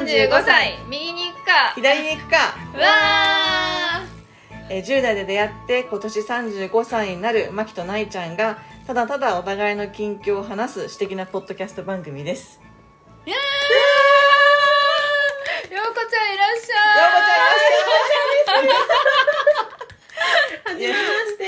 35歳右に行くか左に行くか。 うわ 10代で出会って今年35歳になるマキとナイちゃんがただただお互いの近況を話す私的なポッドキャスト番組です。 ー、ようこちゃんいらっしゃい。 はじめまして。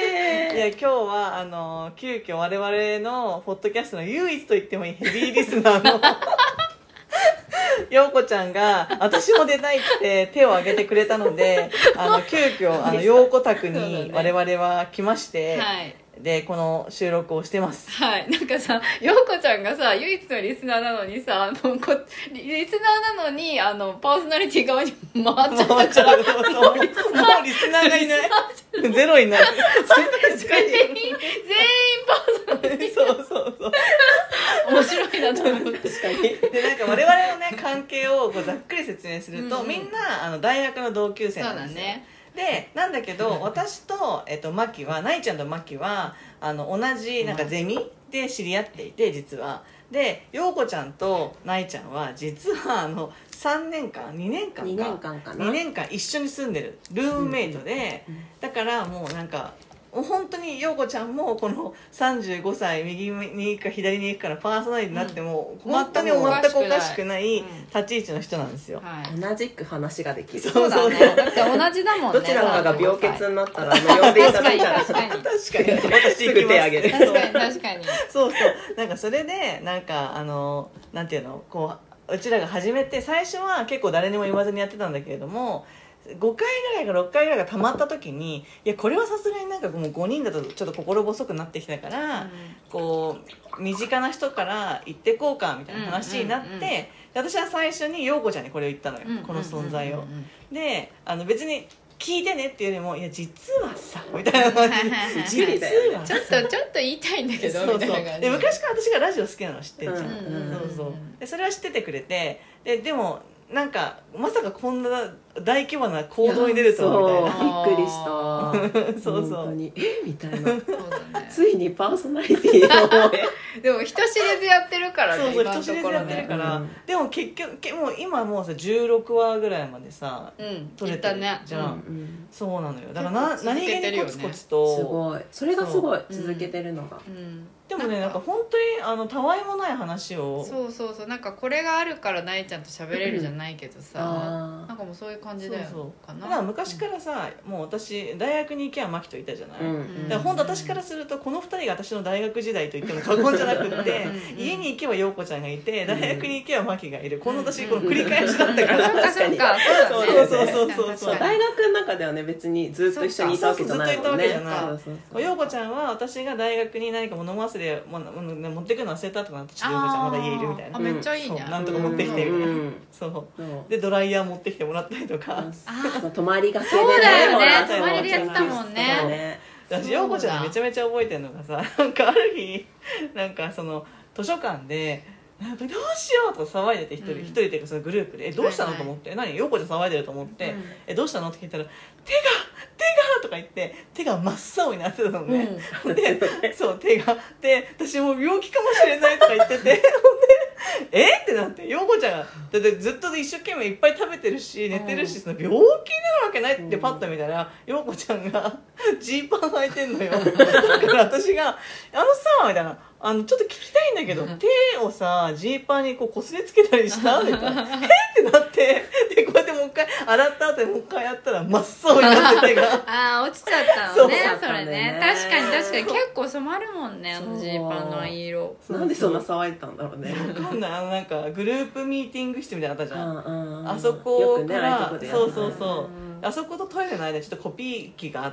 いや今日は急遽我々のポッドキャストの唯一と言ってもいいヘビーリスナーのようこちゃんが私も出たいって手を挙げてくれたので急遽ようこ宅に我々は来まして、 はい、 でこの収録をしてます。 はい、なんかさ、ようこちゃんがさ唯一のリスナーなのにさ、リスナーなのにパーソナリティ側に回っちゃったからもうリスナーがいないゼロになる全員パーソナリティそう面白いなと思って。 確かに。でなんか我々のね関係をこうざっくり説明すると、みんな大学の同級生なんですよ。そうだね。でなんだけど私とマキはナイちゃんとマキは同じなんかゼミで知り合っていて、実はで陽子ちゃんとナイちゃんは実は3年間2年間かな2年間一緒に住んでるルームメイトで、だからもうなんか本当に陽子ちゃんもこの35歳右に行くか左に行くかのパーソナリティになっても、本当に全くおかしくない立ち位置の人なんですよ、 はい、 同じく話ができる。 そうだね。だって同じだもんね。 どちらかが病欠になったら呼んでいただいたら確かに私すぐ手挙げる。 確かにそうなんかそれでなんかなんていうのこううちらが始めて最初は結構誰にも言わずにやってたんだけれども、5回ぐらいか6回ぐらいが溜まった時に、いやこれはさすがになんかもう5人だとちょっと心細くなってきたから、こう身近な人から言ってこうかみたいな話になって、で私は最初に陽子ちゃんにこれを言ったのよ、この存在を。で別に聞いてねっていうよりも、いや実はさみたいな感じ実はちょっと言いたいんだけどみたいな感じで昔から私がラジオ好きなの知ってるじゃん、 そうでそれは知っててくれて、でもなんかまさかこんな大規模な行動に出るとはみたいな。 びっくりしたそう本当にみたいなそうだね。 ついにパーソナリティをでも人知れずやってるからね。 そう人知れずやってるから、でも結局もう今もうさ16話ぐらいまでさ、撮れてるじゃん、そうなのよ。だから何気にコツコツとすごい、それがすごい続けてるのが、 でもねなんか本当にたわいもない話をそうなんかこれがあるからナイちゃんと喋れるじゃないけどさ、なんかもうそういう感じだよかな。 だから昔からさ、もう私大学に行けばマキといたじゃない、だから本当私からするとこの2人が私の大学時代と言っても過言じゃなくって家に行けば陽子ちゃんがいて大学に行けばマキがいる、この私この繰り返しだったから確かにそう大学の中ではね別にずっと一緒にいたわけじゃないもんね。 陽子ちゃんは私が大学に何か物忘れ持ってくるの忘れたとかなって、ちょっと陽子ちゃんまだ家いるみたいな、 めっちゃいいね、 なんとか持ってきてみたいな、そうでドライヤー持ってきてもらったりとか、 泊まりがけでそうだよね、泊まりでやってたもんね。 私陽子ちゃんめちゃめちゃ覚えてるのがさ、なんかある日なんかその図書館でどうしようとか騒いでて一人っていうかそのグループでどうしたのと思って、何陽子ちゃん騒いでると思って、どうしたのって聞いたら手がとか言って手が真っ青になってたのね、でそう手がで私も病気かもしれないとか言っててほんでってなって、陽子ちゃんがだってずっと一生懸命いっぱい食べてるし寝てるし、その病気になるわけないってパッと見たら陽子ちゃんがジーパン履いてんのよだから私がさみたいなちょっと聞きたいんだけど手をさジーパンにこうこすりつけたりしたみたいなってなって、でこうやってもう一回洗った後でもう一回やったら真っ青になって手が落ちちゃったのね。それね確かに結構染まるもんね、ジーパンの藍色。 なんでそんな騒いでたんだろうね。 分かんない。なんかグループミーティング室みたいなのあったじゃん、あそよこくねからそううあそことトイレの間にちょっとコピー機があって、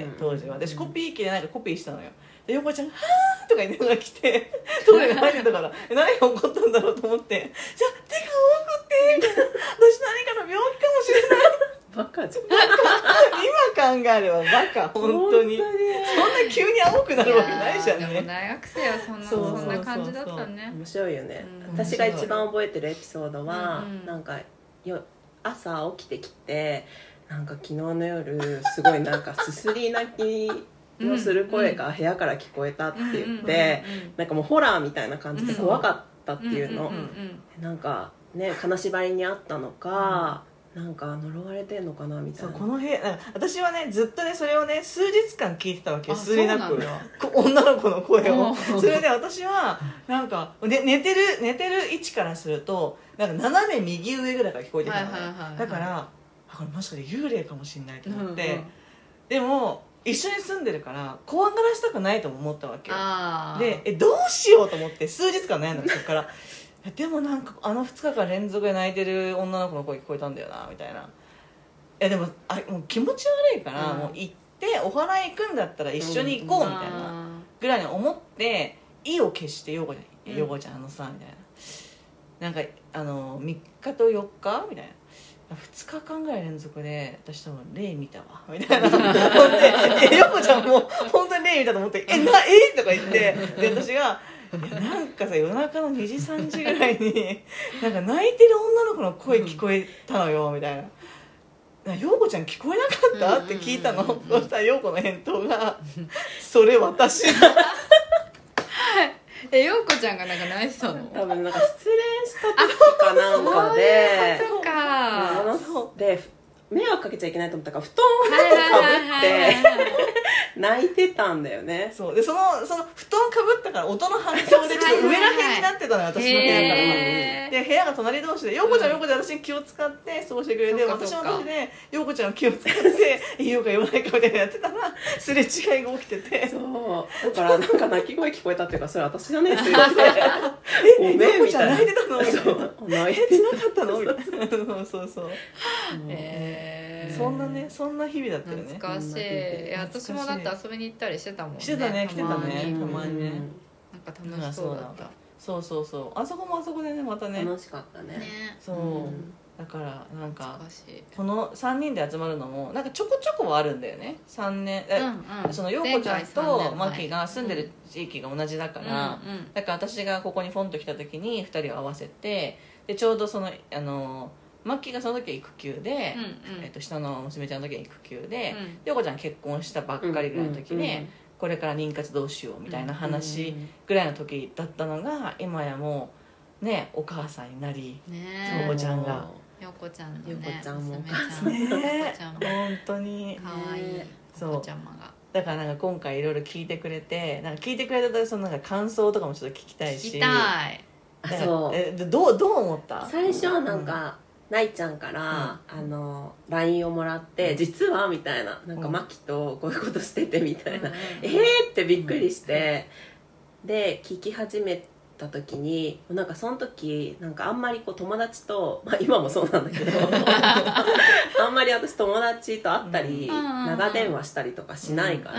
当時は私コピー機でなんかコピーしたのよ。で横ちゃんが「はー」とか言いながら来てトイレに入ってたから何が起こったんだろうと思って「じゃあ手が多くて」みたいな「私何かの病気かもしれない」 バカじゃん今考えればバカ本当にそんな急に青くなるわけないじゃんね。 でも大学生はそんな感じだったね。 面白いよね、私が一番覚えてるエピソードは、なんか朝起きてきてなんか昨日の夜すごいなんかすすり泣きのする声が部屋から聞こえたって言って、なんかもうホラーみたいな感じで怖かったっていうの、なんかね金縛りにあったのか、なんか呪われてんのかなみたいな。 そうこの部屋なんか私はねずっとねそれをね数日間聞いてたわけ。 あ数理なくそうなんだ女の子の声を。 うんそれで私はなんか寝てる位置からするとなんか斜め右上ぐらいから聞こえてきたのね、 はいはいはいはいだからこれもしかして幽霊かもしれないと思って、 うんうんでも一緒に住んでるから怖がらしたくないとも思ったわけよ。 あでどうしようと思って数日間悩んだのそこからでもなんか2日間連続で泣いてる女の子の声聞こえたんだよなみたいな。でももう気持ち悪いから、 うんもう行ってお祓い行くんだったら一緒に行こうみたいなぐらいに思って意を決して陽子ちゃん陽子ちゃんさみたいな、なんか3日と4日みたいな2日間ぐらい連続で私多分霊見たわみたいな思って陽子ちゃんも本当に霊見たと思ってとか言ってで私がいやなんかさ夜中の2時3時ぐらいになんか泣いてる女の子の声聞こえたのよみたいな。陽子ちゃん聞こえなかったって聞いたの、そしたら陽子の返答が「それ私だ」 陽子ちゃんがなんか泣いてたの多分なんか失恋した時かなんかでそっかで迷惑かけちゃいけないと思ったから布団をかぶって泣いてたんだよね。 そうでその布団かぶったから音の反響でちょっと上ら辺になってたのよ私の部屋からで部屋が隣同士で陽子ちゃん陽子ちゃん私に気を使って過ごしてくれて、私も私で陽子ちゃんを気を使って言おうか言わないかみたいなやってたらすれ違いが起きてて、 そうだからなんか泣き声聞こえたっていうかそれ私だねって言ってごめん陽子ちゃんみたいな。 泣いてたのみたいな泣いて泣いてなかったのみたいなそうそんなねそんな日々だったよね。 懐かしい。いや私もだって遊びに行ったりしてたもんね。 してたね来てたねたまにね。 なんか楽しそうだった。 そうあそこもあそこでねまたね楽しかったね。 そう、だからなんか懐かしい。 この3人で集まるのもなんかちょこちょこはあるんだよね。3年その陽子ちゃんとマキが住んでる地域が同じだからだから私がここにフォンと来た時に2人を合わせてでちょうどそのマッキーがその時は育休で、下の娘ちゃんの時は育休で陽子ちゃん結婚したばっかりぐらいの時で、これから妊活どうしようみたいな話ぐらいの時だったのが今やもうねお母さんになり陽子ちゃんが陽子ちゃんのね陽子ちゃんもね本当にかわいい陽子ちゃまがだからなんか今回いろいろ聞いてくれてなんか聞いてくれたそのなんか感想とかもちょっと聞きたいし聞きたい。 そうどう思った？ 最初はなんか、ないちゃんから、LINE をもらって実はみたいななんかマキとこういうことしててみたいな、ってびっくりして、で聞き始めた時になんかその時なんかあんまりこう友達と、今もそうなんだけどあんまり私友達と会ったり、長電話したりとかしないから、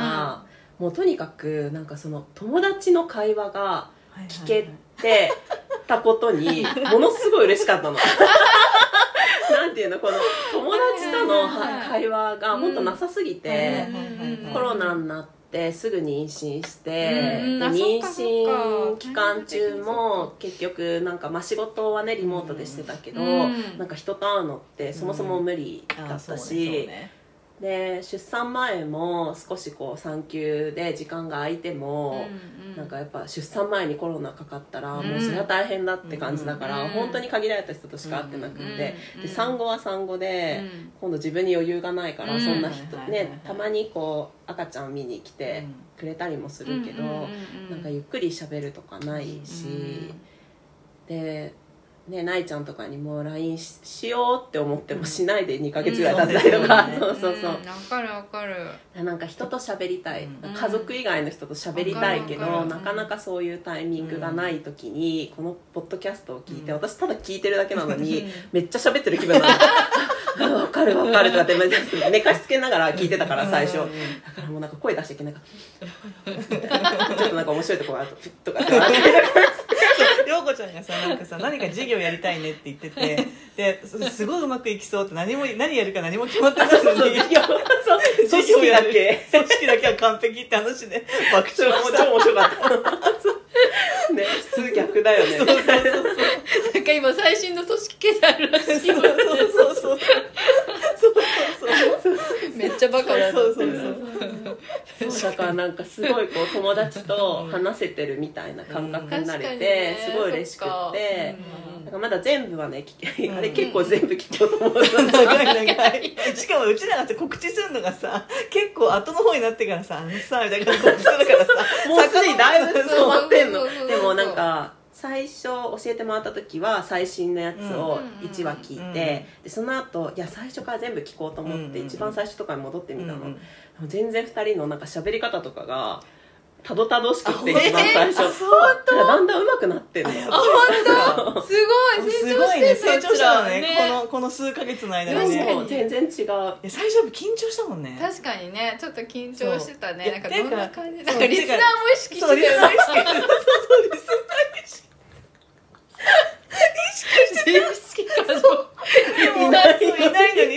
もうとにかくなんかその友達の会話が聞けてたことにものすごい嬉しかったのなんていうのこの友達との会話が本当なさすぎて、コロナになってすぐ妊娠して、で妊娠期間中も結局なんか仕事はねリモートでしてたけど、なんか人と会うのってそもそも無理だったし、で出産前も少しこう産休で時間が空いても、なんかやっぱ出産前にコロナかかったらもうそれは大変だって感じだから、本当に限られた人としか会ってなくて、で産後は産後で、今度自分に余裕がないから、そんな人ねたまにこう赤ちゃん見に来てくれたりもするけど、なんかゆっくり喋るとかないし、でね、ないちゃんとかにも LINE しようって思ってもしないで2ヶ月ぐらい経ったりとか、そうわかるわかる。 なんか人と喋りたい、家族以外の人と喋りたいけど、なかなかそういうタイミングがない時にこのポッドキャストを聞いて、私ただ聞いてるだけなのにめっちゃ喋ってる気分なのわかるわかるとかって寝かしつけながら聞いてたから最初、だからもうなんか声出していけないからちょっとなんか面白いとこがあるとピッとかって陽子ちゃんがさなんかさ何か授業やりたいねって言っててですごいうまくいきそうって何やるか何も決まってないのに組織だけは完璧って話で爆笑超面白かったね、普通逆だよね。 なんか今最新の組織形態あるらしい。 そうめっちゃバカだ。 そうだからなんかすごいこう友達と話せてるみたいな感覚になれて、すごい嬉しくって、なんかまだ全部はねあれ結構全部聞こうと思う長いしかもうちらがさ告知するのがさ結構後の方になってからささみたいな感じするからさもうすでにだいぶ止まってんの。 そうでもなんか最初教えてもらった時は最新のやつを1話聞いて、でその後いや最初から全部聞こうと思って一番最初とかに戻ってみたの、でも全然2人のなんか喋り方とかがたどたどしくて一番最初、だんだん上手くなってるの。 本当すごい成長してる、 成長したのね、この数ヶ月の間にね。 全然違う。 最初緊張したもんね。 確かにね、ちょっと緊張してたね。なんかどんな感じ、 なんかリスナーも意識してる。 リスナーも意識してる。 意識過剰いないのに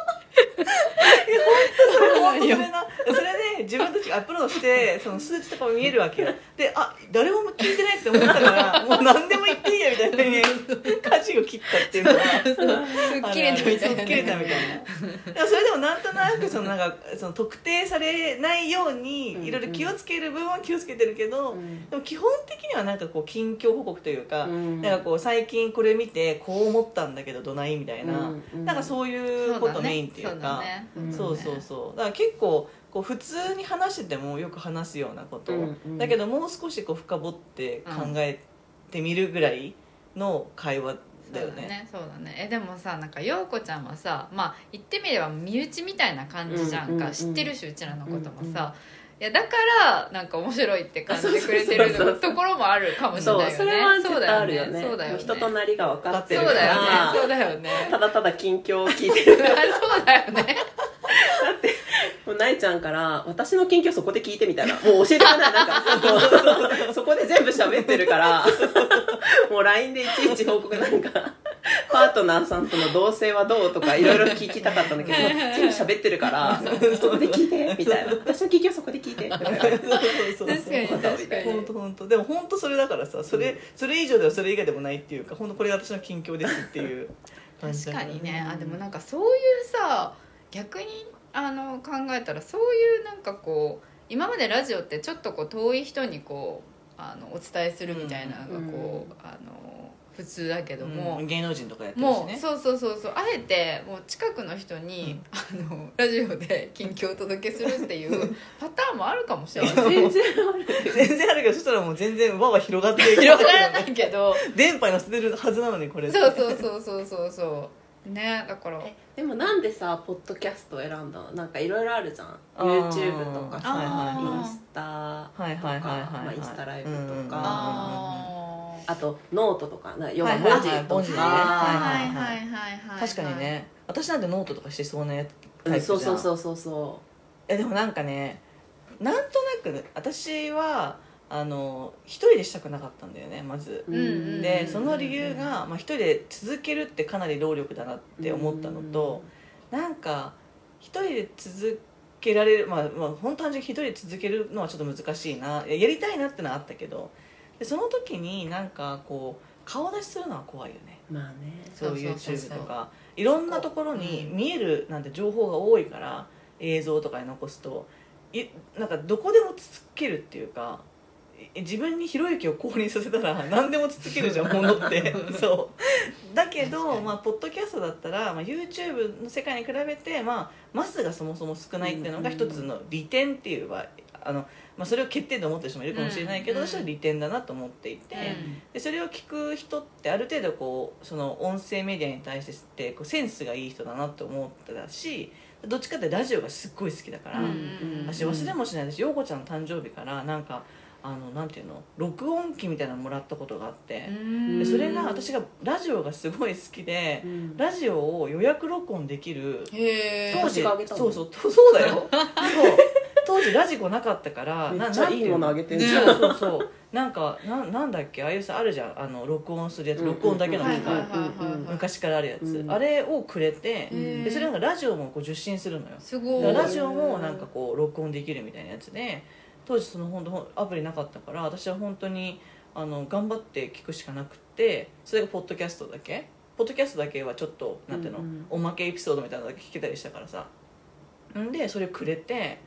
それで自分たちがアップロードしてその数値とかも見えるわけよ。で誰も聞いてないって思ったからもう何でも言っていいやみたいなね舵を切ったっていうのは吹っ切れたみたいな、 吹っ切れたみたいな。それでもなんとなくその特定されないようにいろいろ気をつける部分は気をつけてるけど、でも基本的にはなんかこう近況報告というか、なんかこう最近これ見てこう思ったんだけどどないみたいな、なんかそういうことメインっていうか、そうだから結構こう普通に話しててもよく話すようなこと、だけどもう少しこう深掘って考えてみるぐらいの会話だよね。 そうだね。でもさ、なんか陽子ちゃんはさ、まあ言ってみれば身内みたいな感じじゃんか、知ってるしうちらのこともさ、いやだからなんか面白いって感じてくれてるところもあるかもしれないよね。 それは絶対あるよね。 そうだよね。 人となりが分かってるから。 ら。 そうだよね。 ただただ近況を聞いてる。 そうだよね。 だってもうなえちゃんから私の近況そこで聞いてみたいな、もう教えてくれない、なんかそこで全部喋ってるからもう LINE でいちいち報告、なんかパートナーさんとの同棲はどうとかいろいろ聞きたかったんだけど全部喋ってるからそこで聞いてみたいな、私の近況そこで聞いて。 確かに確かに。 本当でも本当それだからさ、それ以上ではそれ以外でもないっていうか、本当これが私の近況ですっていう感じ。 確かにね。でもなんかそういうさ、逆に考えたらそういうなんかこう今までラジオってちょっとこう遠い人にこうお伝えするみたいなのがこう、普通だけども、 芸能人とかやってるしね。 もうそうあえてもう近くの人に、ラジオで近況をお届けするっていうパターンもあるかもしれない。 全然あるけど、そしたらもう全然輪は広がって広がらないけど電波に乗せてるはずなのにこれ。 そうね。だからでもなんでさポッドキャストを選んだの？なんかいろいろあるじゃん、 YouTube とかさ、インスタとか、インスタライブとか、あとノートとか、要は文字とか、 確かにね。私なんてノートとかしてそうなやつタイプじゃん。 そうでもなんかね、なんとなく私は一人でしたくなかったんだよね、まず。でその理由が、一人で続けるってかなり労力だなって思ったのと、なんか一人で続けられる、本当単純に一人で続けるのはちょっと難しいな、やりたいなってのはあったけど、でその時になんかこう顔出しするのは怖いよね。そういう YouTube とかいろんなところに見えるなんて情報が多いから、映像とかに残すとなんかどこでもつけるっていうか、自分にひろゆきを降臨させたら何でもつつけるじゃんものってそうだけど、ポッドキャストだったら、YouTube の世界に比べて、マスがそもそも少ないっていうのが一つの利点っていう場合、それを欠点と思ってる人もいるかもしれないけど、私は利点だなと思っていて、でそれを聞く人ってある程度こうその音声メディアに対してこうセンスがいい人だなと思ってたし、どっちかってラジオがすっごい好きだから、私忘れもしないし、陽子ちゃんの誕生日からなんかなんていうの、録音機みたいなのもらったことがあって、でそれが私がラジオがすごい好きで、ラジオを予約録音できる、当時そうだよ当時ラジコなかったからめっちゃいいものあげてるじゃん。 そうなんかなんだっけ、ああいうさあるじゃん、録音するやつ、録音だけの機械、昔からあるやつ、あれをくれて、でそれがラジオもこう受信するのよ。 すごい。 ラジオもなんかこう録音できるみたいなやつで、当時その本当アプリなかったから、私は本当に頑張って聞くしかなくて、それがポッドキャストだけはちょっとなんていうの、おまけエピソードみたいなのだけ聞けたりしたからさ、んでそれくれて、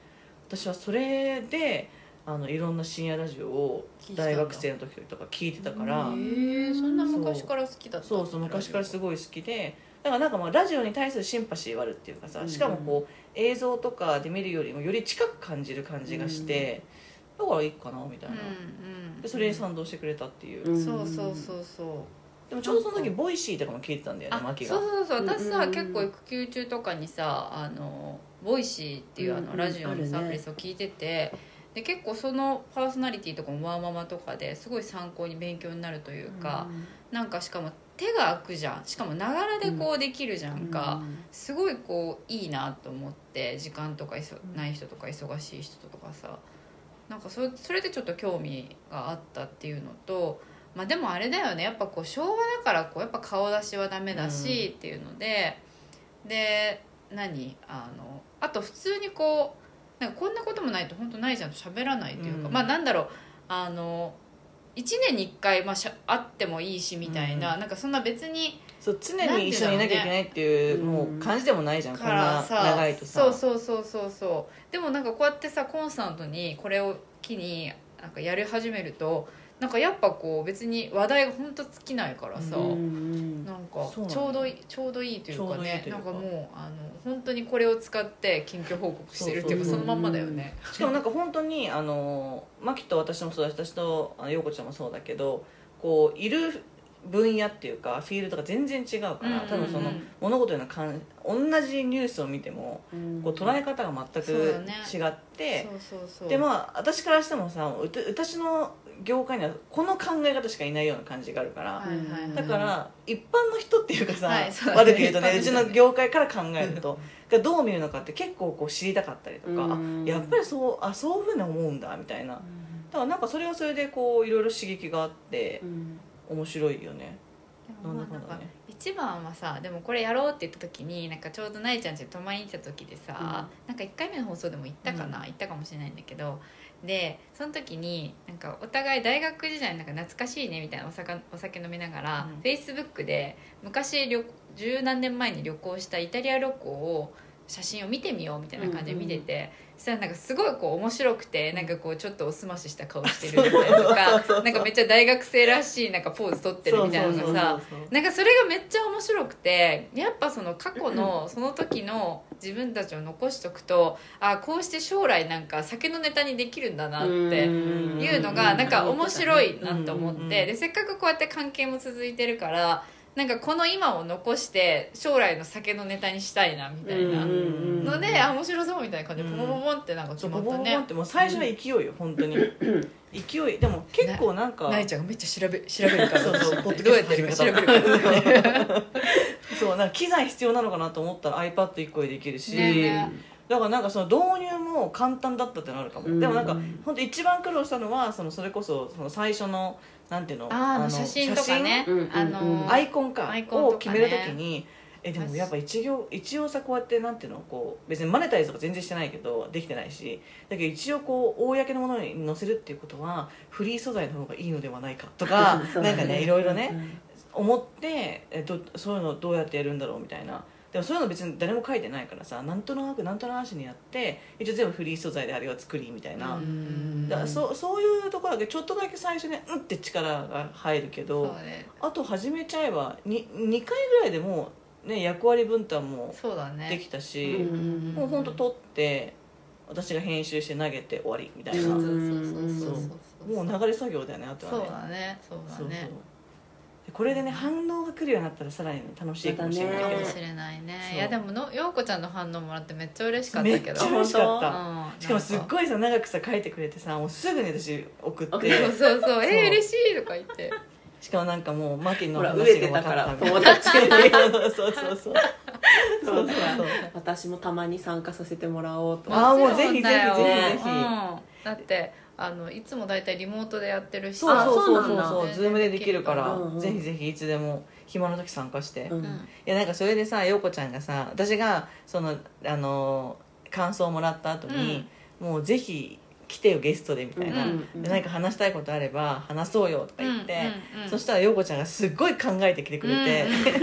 私はそれでいろんな深夜ラジオを大学生の時とか聞いてたから、 そんな昔から好きだった。 そう昔からすごい好きで、だからなんかまあラジオに対するシンパシーはあるっていうかさ、しかもこう映像とかで見るよりもより近く感じる感じがして、だからいいかなみたいな、でそれに賛同してくれたっていう、 そうでもちょうどその時ボイシーとかも聞いてたんだよね、マキが。 そう私さ、結構育休中とかにさボイシーっていうラジオのサービスを聞いてて、で結構そのパーソナリティとかもワーママとかですごい参考に勉強になるというか、なんかしかも手が空くじゃん、しかもながらでこうできるじゃんか、すごいこういいなと思って、時間とかない人とか忙しい人とかさ、なんかそれでちょっと興味があったっていうのと、まあでもあれだよね、やっぱこう昭和だからこうやっぱ顔出しはダメだしっていうので、であと普通にこうなんかこんなこともないと本当ないじゃんと喋らないというか、まあなんだろう1年に1回、まあ、会ってもいいしみたいな、なんかそんな別にそう常に一緒にいなきゃいけないっていうもう感じでもないじゃん、こんな長いとさ。 そうでもなんかこうやってさコンスタントにこれを機になんかやり始めると、なんかやっぱこう別に話題が本当尽きないからさ、なんかちょうどいいというかね、なんかもう本当にこれを使って近況報告してるっていうか、そのまんまだよね。 しかもなんか本当にマキと私もそうだし、私と陽子ちゃんもそうだけど、こういる分野っていうかフィールドが全然違うから、多分その物事への同じニュースを見てもこう捉え方が全く違って、でまあ私からしてもさ、私の業界にはこの考え方しかいないような感じがあるから、だから一般の人っていうかさ、悪く言うとね、うちの業界から考えるとがどう見るのかって結構こう知りたかったりとか、やっぱりそういうふうに思うんだみたいな、だからなんかそれはそれでこういろいろ刺激があって面白いよね。 なんか一番はさ、でもこれやろうって言った時になんかちょうどなえちゃんちに泊まりに行った時でさ、なんか1回目の放送でも言ったかな、言ったかもしれないんだけど、でその時になんかお互い大学時代なんか懐かしいねみたいなお酒飲みながら、Facebook で昔十何年前に旅行したイタリア旅行を写真を見てみようみたいな感じで見てて、そしたらなんかすごいこう面白くて、なんかこうちょっとおすましした顔してるみたいなとか、なんかめっちゃ大学生らしいなんかポーズ取ってるみたいなのがさ、なんかそれがめっちゃ面白くて、やっぱその過去のその時の自分たちを残しとくと、こうして将来なんか酒のネタにできるんだなっていうのがなんか面白いなと思って、でせっかくこうやって関係も続いてるから、なんかこの今を残して将来の酒のネタにしたいなみたいなので、面白そうみたいな感じでポポポポンってなんか決まったね。ポポポンってもう最初は勢いよ、本当に勢い。でも結構なんかなえちゃんがめっちゃ調べるからそうどうやってるか調べるからそうなんか機材必要なのかなと思ったら iPad1 個でできるし、だからなんかその導入も簡単だったってのあるかも。でもなんか本当一番苦労したのはそれこそその最初のなんていうの、 写真とかね、 アイコンを決めるときに、でもやっぱ一応さ、こうやってなんていうの、こう別にマネタイズとか全然してないけどできてないし、だけど一応こう公のものに載せるっていうことはフリー素材の方がいいのではないかとかなんかね、いろいろね、思ってそういうのどうやってやるんだろうみたいな。でもそういうの別に誰も書いてないからさ、なんとなくにやって一応全部フリー素材であれは作りみたいな、だからそういうところだけちょっとだけ最初ねって力が入るけど、あと始めちゃえば 2回ぐらいでもう、ね、役割分担もできたし、もうほんと撮って私が編集して投げて終わりみたいな、もう流れ作業だよね、あとはね。そうだねこれでね、反応が来るようになったらさらに楽しいかもしれないけど、 かもしれないね。いやでも陽子ちゃんの反応もらってめっちゃ嬉しかったけど、 めっちゃ嬉しかった、しかもすっごいさ長くさ書いてくれてさ、もうすぐに私送って、 そう嬉しいとか言って、 しかもなんかもうマキの話が分かった友達そう私もたまに参加させてもらおうと。 もうぜひだっていつもだいたいリモートでやってるし、 そうズームでできるから、ぜひぜひいつでも暇の時参加して、いやなんかそれでさ、陽子ちゃんがさ、私がその感想をもらった後に、もうぜひ来てよゲストでみたいな、で何か話したいことあれば話そうよとか言って、そしたら陽子ちゃんがすっごい考えてきてくれて、そ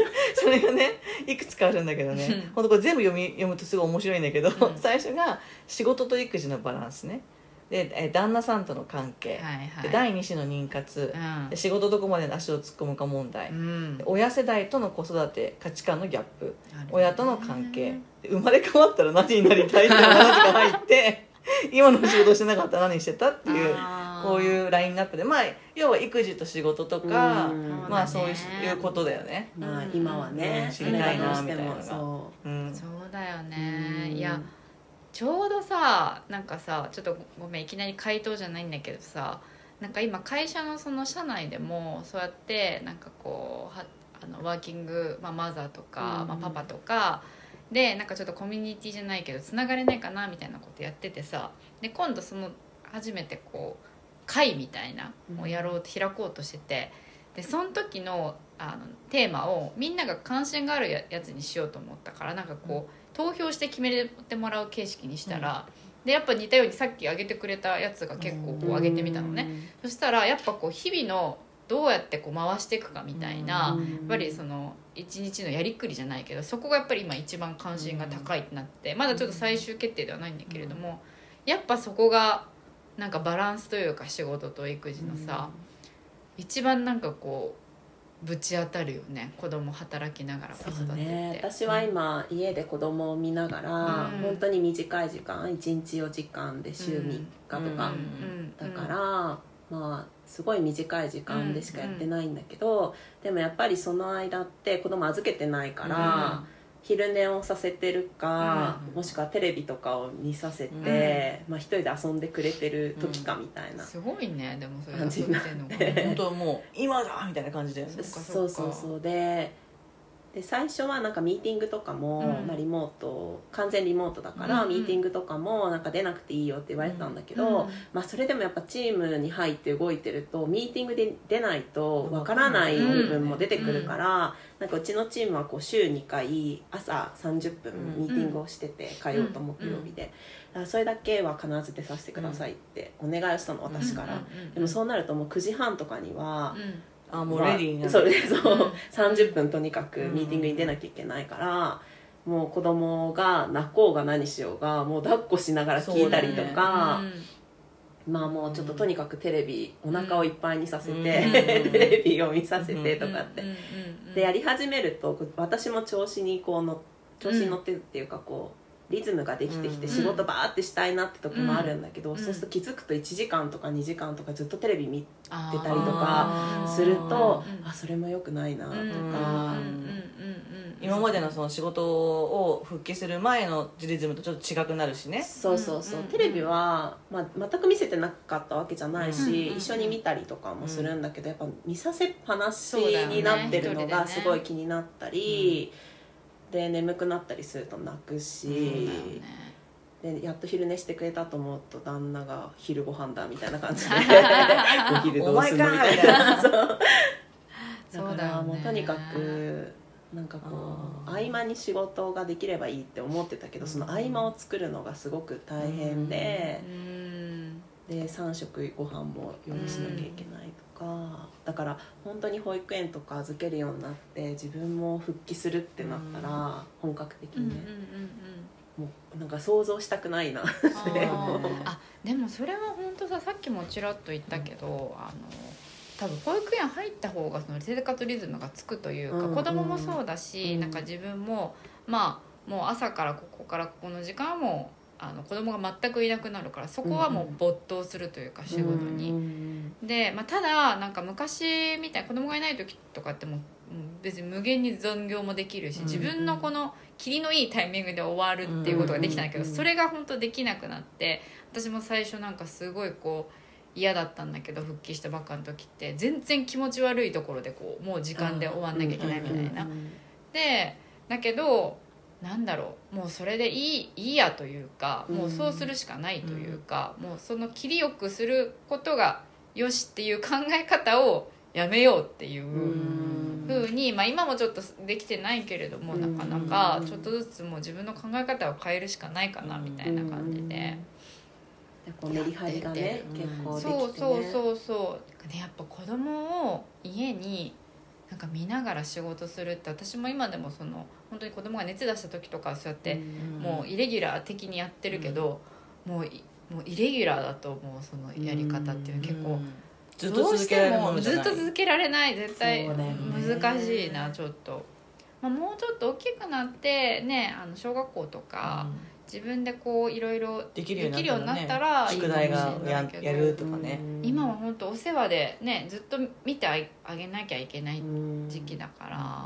それがねいくつかあるんだけどね、ほんとこれ全部読むとすごい面白いんだけど、最初が仕事と育児のバランスね、で旦那さんとの関係、で第2子の妊活、で仕事どこまで足を突っ込むか問題、で親世代との子育て価値観のギャップ、親との関係で生まれ変わったら何になりたいって話が入って今の仕事してなかったら何してたっていうこういうラインナップで、まあ要は育児と仕事とか、まあそういうことだよね。 まあ今はね知りたいなみたいなのがそうだよね。いやちょうどさなんかさちょっとごめんいきなり回答じゃないんだけどさ、なんか今会社のその社内でもそうやってなんかこうワーキング、マザーとか、パパとかでなんかちょっとコミュニティじゃないけどつながれないかなみたいなことやっててさ、で今度その初めてこう会みたいなを開こうとしてて、でその時のテーマをみんなが関心があるやつにしようと思ったから、なんかこう投票して決めてもらう形式にしたら、でやっぱ似たようにさっき挙げてくれたやつが結構こう挙げてみたのね、そしたらやっぱこう日々のどうやってこう回していくかみたいな、やっぱりその一日のやりくりじゃないけどそこがやっぱり今一番関心が高いってなって、まだちょっと最終決定ではないんだけれども、やっぱそこがなんかバランスというか仕事と育児のさ、一番なんかこうぶち当たるよね、子供働きながら子育てって。 ね、私は今、家で子供を見ながら、本当に短い時間1日4時間で週3日とか、だから、まあすごい短い時間でしかやってないんだけど、でもやっぱりその間って子供預けてないから、昼寝をさせてるか、もしくはテレビとかを見させて、一人で遊んでくれてる時かみたいな、 すごいね。でもそれ感じになって本当もう今だみたいな感じだよね。 そうで最初はなんかミーティングとかも、リモート完全リモートだから、ミーティングとかもなんか出なくていいよって言われてたんだけど、それでもやっぱチームに入って動いてるとミーティングで出ないとわからない部分も出てくるから、なんかうちのチームはこう週2回朝30分ミーティングをしてて、火曜と木曜日で、それだけは必ず出させてくださいってお願いをしたの、私から。でもそうなるともう9時半とかには、 もうレディーになる、 そう30分とにかくミーティングに出なきゃいけないから、もう子供が泣こうが何しようがもう抱っこしながら聞いたりとか、もうちょっととにかくテレビお腹をいっぱいにさせて、テレビを見させてとかってでやり始めると、私も調子に乗ってっていうかこうリズムができてきて仕事バーってしたいなって時もあるんだけど、そうすると気づくと1時間とか2時間とかずっとテレビ見てたりとかすると、それも良くないなとか、 今までのその仕事を復帰する前のリズムとちょっと違くなるしね。 そうテレビは、全く見せてなかったわけじゃないし、一緒に見たりとかもするんだけど、やっぱ見させっぱなしになってるのがすごい気になったり、で眠くなったりすると泣くし、でやっと昼寝してくれたと思うと旦那が昼ご飯だみたいな感じでお昼どうすんのみたいなだからもうとにかくなんかこう合間に仕事ができればいいって思ってたけど、その合間を作るのがすごく大変で、で3食ご飯も用意しなきゃいけないとか、だから本当に保育園とか預けるようになって自分も復帰するってなったら本格的にね、もうなんか想像したくないなでもそれは本当さっきもちらっと言ったけど、多分保育園入った方がその生活リズムがつくというか、子供もそうだし、なんか自分ももう朝からここからここの時間はもう子供が全くいなくなるから、そこはもう没頭するというか仕事に、で、ただなんか昔みたいに子供がいない時とかってもう別に無限に残業もできるし、自分のこの切りのいいタイミングで終わるっていうことができたんだけど、それが本当できなくなって、私も最初なんかすごいこう嫌だったんだけど、復帰したばっかの時って全然気持ち悪いところでこうもう時間で終わんなきゃいけないみたいな、でだけどなんだろう、もうそれでいいやというか、もうそうするしかないというか、もうその切りよくすることがよしっていう考え方をやめようっていう風に、今もちょっとできてないけれども、なかなかちょっとずつもう自分の考え方を変えるしかないかなみたいな感じで、 こうメリハリがね結構できてね、 そうやっぱ子供を家になんか見ながら仕事するって私も今でもその本当に子供が熱出した時とかそうやってもうイレギュラー的にやってるけど、もうイレギュラーだと思うそのやり方っていうのは結構ずっと続けられるものじゃない。 ずっと続けられない絶対そうだよね難しいなちょっと、まあ、もうちょっと大きくなってね小学校とか、自分でこういろいろできるようになったら宿題がやるとかね。 今は本当お世話でねずっと見てあげなきゃいけない時期だから、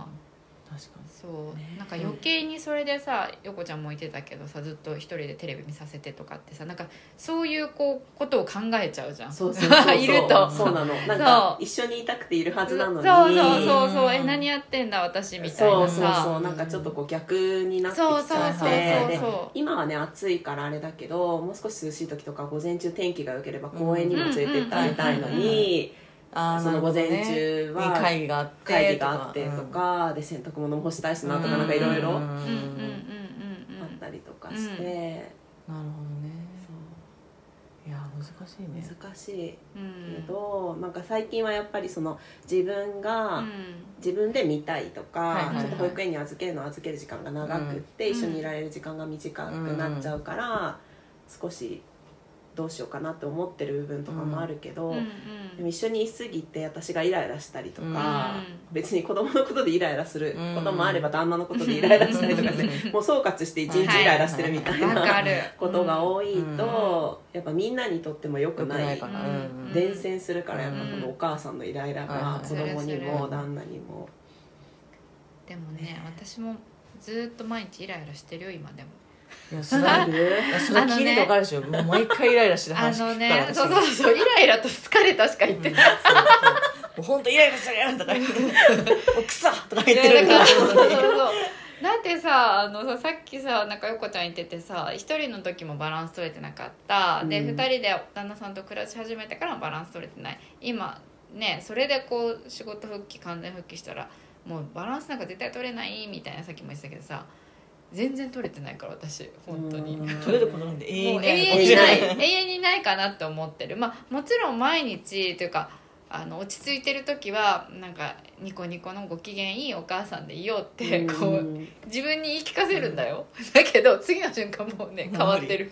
確かにそうなんか余計にそれでさ横ちゃんも言ってたけどさずっと一人でテレビ見させてとかってさなんかそういうことを考えちゃうじゃん。 そうそうそうそういるとそうなのなんか一緒にいたくているはずなのにそう何やってんだ私みたいなさそうなんかちょっとこう逆になってきちゃってで今はね暑いからあれだけどもう少し涼しい時とか午前中天気が良ければ公園にも連れてってあげたいのにその午前中は会議があってとかで洗濯物も干したいしなとかなんかいろいろあったりとかして、 なるほどね。いや難しいね。 難しいけど、なんか最近はやっぱりその自分が自分で見たいとか、ちょっと保育園に預ける時間が長くって一緒にいられる時間が短くなっちゃうから、少しどうしようかなって思ってる部分とかもあるけど、でも一緒にいすぎて私がイライラしたりとか、別に子供のことでイライラすることもあれば旦那のことでイライラしたりとかしてもう総括して一日イライラしてるみたいなことが多いとやっぱみんなにとっても良くない伝染するからやっぱこのお母さんのイライラが子供にも旦那にも。 でもね私もずっと毎日イライラしてるよ今でも。 いやそれ聞いてて分かるでしょ。もう毎回イライラしてる話聞くからそうイライラと疲れたしか言ってない。 もう本当イライラするとか言ってもうクソとか言ってるからそうだってささっきさなんか横ちゃん言っててさ一人の時もバランス取れてなかったで、二人で旦那さんと暮らし始めてからもバランス取れてない今ねそれでこう仕事完全復帰したらもうバランスなんか絶対取れないみたいなさっきも言ってたけどさ全然取れてないから私本当に取れることなんで永遠にないかなって思ってる。まあもちろん毎日というか落ち着いてる時はなんかニコニコのご機嫌いいお母さんでいようってこう自分に言い聞かせるんだよ。だけど次の瞬間もうね変わってる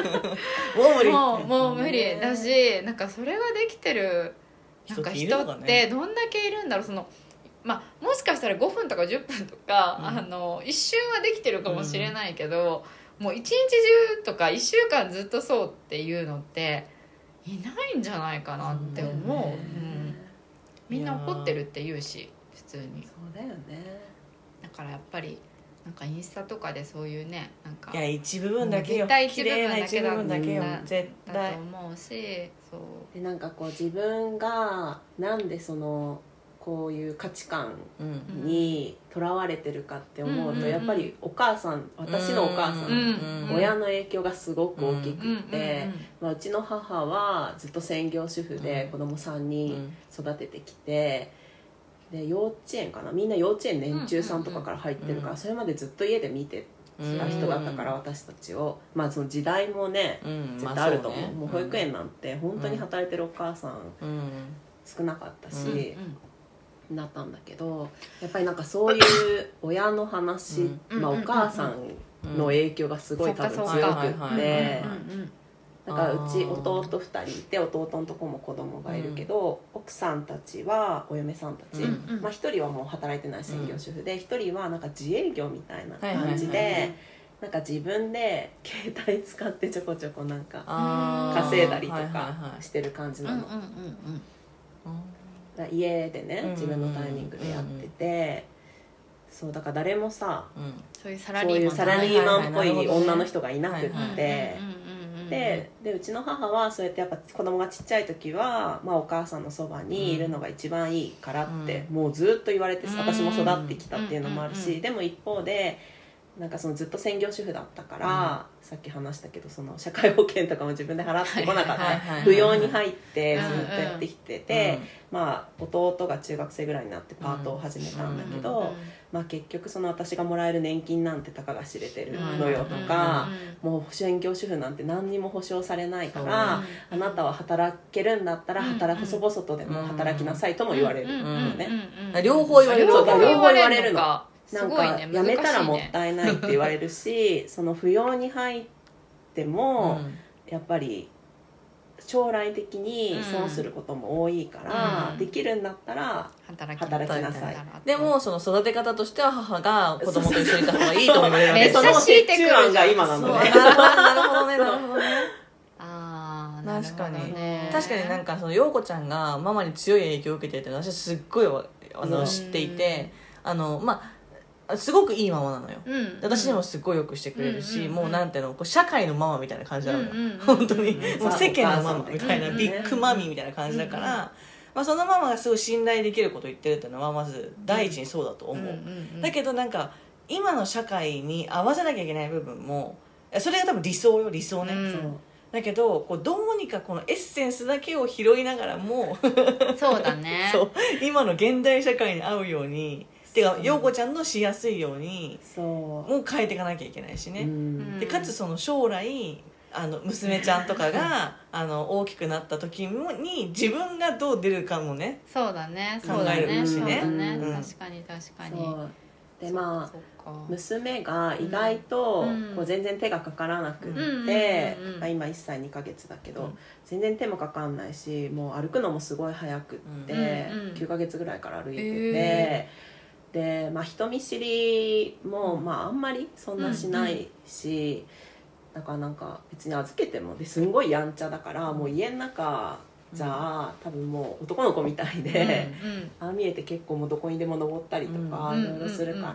もう無理だしなんかそれができてるなんか人ってどんだけいるんだろう。そのまあ、もしかしたら5分とか10分とか、一瞬はできてるかもしれないけど、もう一日中とか1週間ずっとそうっていうのっていないんじゃないかなって思う、みんな怒ってるって言うし普通に。 そうだよね。 だからやっぱりなんかインスタとかでそういうねなんかいや一部分だけよ絶対一部分だけよ絶対だと思うしそうでなんかこう自分がなんでそのこういう価値観にとらわれてるかって思うとやっぱりお母さん私のお母さん親の影響がすごく大きくてうちの母はずっと専業主婦で子供3人育ててきてで幼稚園かなみんな幼稚園年中さんとかから入ってるからそれまでずっと家で見てた人だったから私たちをまあその時代もね絶対あると思う。もう保育園なんて本当に働いてるお母さん少なかったしなったんだけどやっぱりなんかそういう親の話、まあ、お母さんの影響がすごい多分強くってだからうち弟2人いて弟のとこも子供がいるけど、奥さんたちはお嫁さんたち、まあ、1人はもう働いてない専業主婦で1人はなんか自営業みたいな感じでなんか自分で携帯使ってちょこちょこなんか稼いだりとかしてる感じなの。家でね自分のタイミングでやっててそうだから誰もさそういうサラリーマンっぽい女の人がいなくってでうちの母はそうやってやっぱ子供がちっちゃい時は、まあ、お母さんのそばにいるのが一番いいからってもうずっと言われて私も育ってきたっていうのもあるしでも一方でなんかそのずっと専業主婦だったから、さっき話したけどその社会保険とかも自分で払ってこなかった扶養に入ってずっとやってきてて、まあ、弟が中学生ぐらいになってパートを始めたんだけど、 まあ、結局その私がもらえる年金なんてたかが知れてるのよとか、もう専業主婦なんて何にも保証されないから、あなたは働けるんだったら細々とでも働きなさいとも言われるのね。 両方言われる。 両方言われるの。 なんかやめたらもったいないって言われるしその扶養に入っても、やっぱり将来的に損することも多いから、できるんだったら働きなさい。 でもその育て方としては母が子供と一緒にいた方がいいとも言われるわけでめっちゃ敷いてくるじゃん。 案が今なのね。 なるほどね、なるほどね。 ああ、 確かに確かになんかその陽子ちゃんがママに強い影響を受けてるって私はすっごい知っていて、まあすごくいいママなのよ、私にもすごいよくしてくれるし、もうなんていうのこう社会のママみたいな感じなのよ、本当にもう世間のママみたいな、ビッグマミーみたいな感じだから、まあ、そのママがすごい信頼できることを言ってるっていうのはまず第一にそうだと思う、だけどなんか今の社会に合わせなきゃいけない部分もそれが多分理想ね、だけどこうどうにかこのエッセンスだけを拾いながらもそうだねそう今の現代社会に合うようにてか陽子ちゃんのしやすいようにもう変えていかなきゃいけないしね、でかつその将来娘ちゃんとかが大きくなった時に自分がどう出るかもねそうだね考えるしね、 確かに確かに。 でまあ娘が意外とこう全然手がかからなくって、今1歳2ヶ月だけど、全然手もかかんないしもう歩くのもすごい早くって、9ヶ月ぐらいから歩いてて、で、まあ、人見知りも、まあ、あんまりそんなしないし、だからなんか別に預けてもですんごいやんちゃだからもう家の中じゃあ多分もう男の子みたいで、ああ見えて結構もうどこにでも登ったりとかいろいろするから、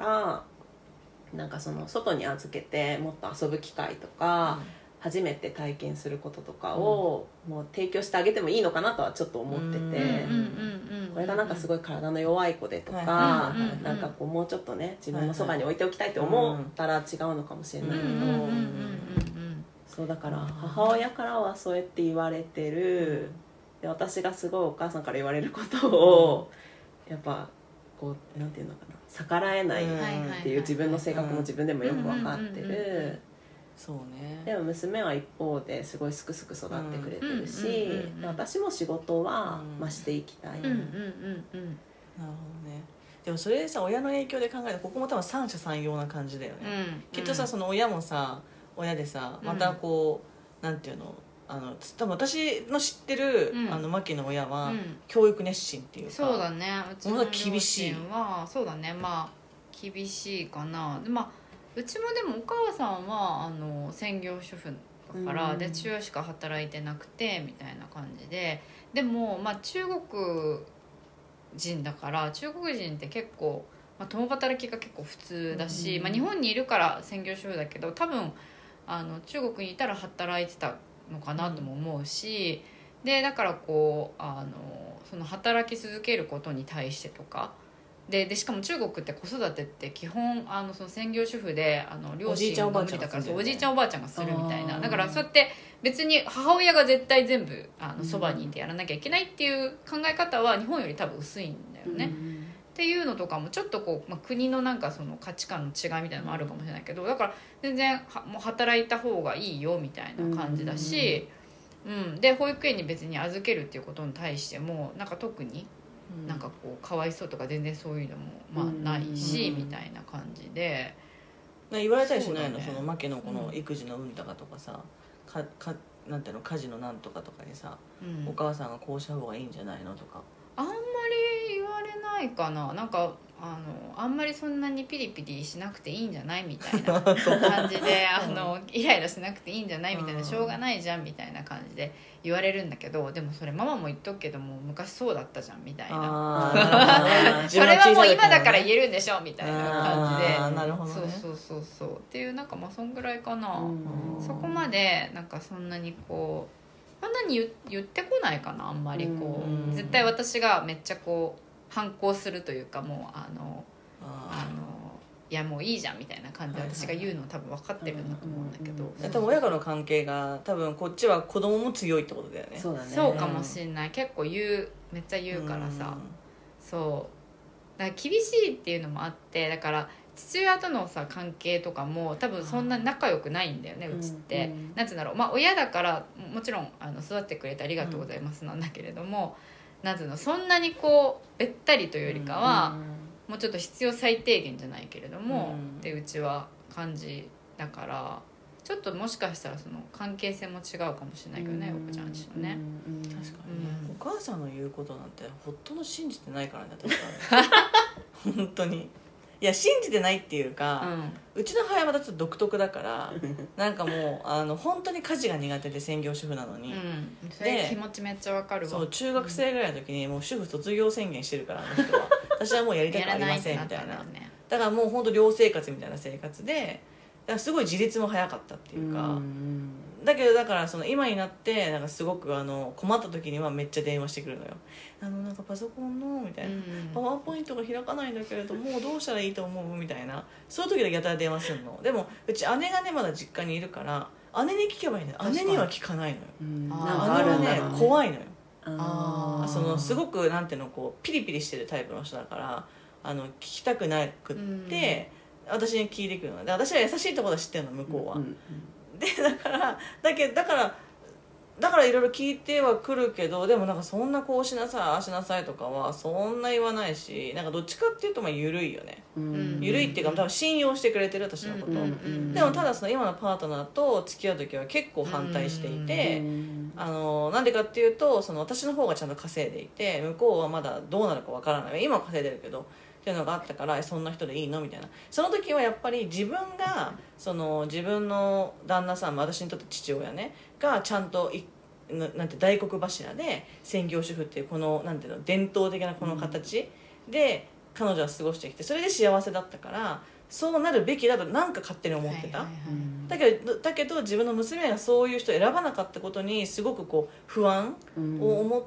なんかその外に預けてもっと遊ぶ機会とか、初めて体験することとかをもう提供してあげてもいいのかなとはちょっと思ってて、これがなんかすごい体の弱い子でとか、なんかこうもうちょっとね自分のそばに置いておきたいって思ったら違うのかもしれないけど、そうだから母親からはそうやって言われてる。で私がすごいお母さんから言われることをやっぱこうなんていうのかな逆らえないっていう自分の性格も自分でもよく分かってる。 そうね、 でも娘は一方ですごいすくすく育ってくれてるし、私も仕事はしていきたい。なるほどね。でもそれでさ親の影響で考えたらここも多分三者三様な感じだよね、きっとさその親もさ親でさまたこう、なんていうの多分私の知ってる、マキの親は、教育熱心っていうかそうだね、うちの両親は厳しいそうだね、まあ厳しいかな。でまあうちもでもお母さんは専業主婦だから、で父親しか働いてなくてみたいな感じで、でも、まあ、中国人だから中国人って結構、まあ、共働きが結構普通だし、まあ、日本にいるから専業主婦だけど多分中国にいたら働いてたのかなとも思うし、でだからこうその働き続けることに対してとかでしかも中国って子育てって基本その専業主婦で両親が無理だからおじいちゃんおばあちゃんがするみたいな、だからそうやって別に母親が絶対全部そばにいてやらなきゃいけないっていう考え方は日本より多分薄いんだよね、っていうのとかもちょっとこう、まあ、国のなんかその価値観の違いみたいなのもあるかもしれないけど、だから全然もう働いた方がいいよみたいな感じだし、で保育園に別に預けるっていうことに対してもなんか特になんかこうかわいそうとか全然そういうのもまあないし、みたいな感じで言われたりしないの、そのマキのこの育児のうんたかとかさ、なんていうの家事のなんとかとかにさ、お母さんがこうした方がいいんじゃないのとかあんまり言われないかな。なんかあんまりそんなにピリピリしなくていいんじゃないみたいな感じでイライラしなくていいんじゃないみたいな、しょうがないじゃんみたいな感じで言われるんだけど、でもそれママも言っとくけども昔そうだったじゃんみたいなそれはもう今だから言えるんでしょみたいな感じで、 なるほどね、 そうっていうなんかまあそんぐらいかな。そこまでなんかそんなにこうそんなに言ってこないかな。あんまりこう絶対私がめっちゃこう反抗するというか、もういやもういいじゃんみたいな感じで私が言うの多分分かってるんだと思うんだけど、 多分親子の関係が多分こっちは子供も強いってことだよね。 そうだね、 そうかもしんない。結構めっちゃ言うからさ、そうだから厳しいっていうのもあって、だから父親とのさ関係とかも多分そんな仲良くないんだよね、うちって、なんつうんだろう、まあ親だからもちろん育ってくれてありがとうございますなんだけれども、なんつうの、そんなにこうべったりというよりかは、もうちょっと必要最低限じゃないけれども、でうちは感じだから、ちょっともしかしたらその関係性も違うかもしれないけどね、お子ちゃんちのね。 確かにね、お母さんの言うことなんてほとんど信じてないからね、私は本当に。いや信じてないっていうか、うちの母親はまたちょっと独特だからなんかもう本当に家事が苦手で専業主婦なのに、 それ気持ちめっちゃわかるわ。 そう中学生ぐらいの時にもう主婦卒業宣言してるから、あの人は私はもうやりたくありませんみたいな、だからもう本当寮生活みたいな生活で、だからすごい自立も早かったっていうか、だけどだからその今になってなんかすごく困った時にはめっちゃ電話してくるのよ。なんかパソコンのみたいな、パワーポイントが開かないんだけれどもどうしたらいいと思うみたいな、そういう時だけやたら電話するの。でもうち姉がねまだ実家にいるから姉に聞けばいいんだよ。姉には聞かないのよ。姉はね怖いのよ。そのすごくなんていうのこうピリピリしてるタイプの人だから聞きたくなくって、私に聞いてくるので、私は優しいところは知ってるの向こうは。でだからいろいろ聞いてはくるけど、でもなんかそんなこうしなさいああしなさいとかはそんな言わないし、なんかどっちかっていうとまあ緩いよね。緩いっていうか多分信用してくれてる私のこと。でもただその今のパートナーと付き合う時は結構反対していて、なんでかっていうとその私の方がちゃんと稼いでいて向こうはまだどうなるかわからない、今は稼いでるけどっていうのがあったから、そんな人でいいのみたいな。その時はやっぱり自分が自分の旦那さん、私にとって父親ねがちゃんとなんて大黒柱で専業主婦っていうこのなんていうの伝統的なこの形で彼女は過ごしてきて、それで幸せだったからそうなるべきだとなんか勝手に思ってた。だけど自分の娘がそういう人を選ばなかったことにすごくこう不安を思って、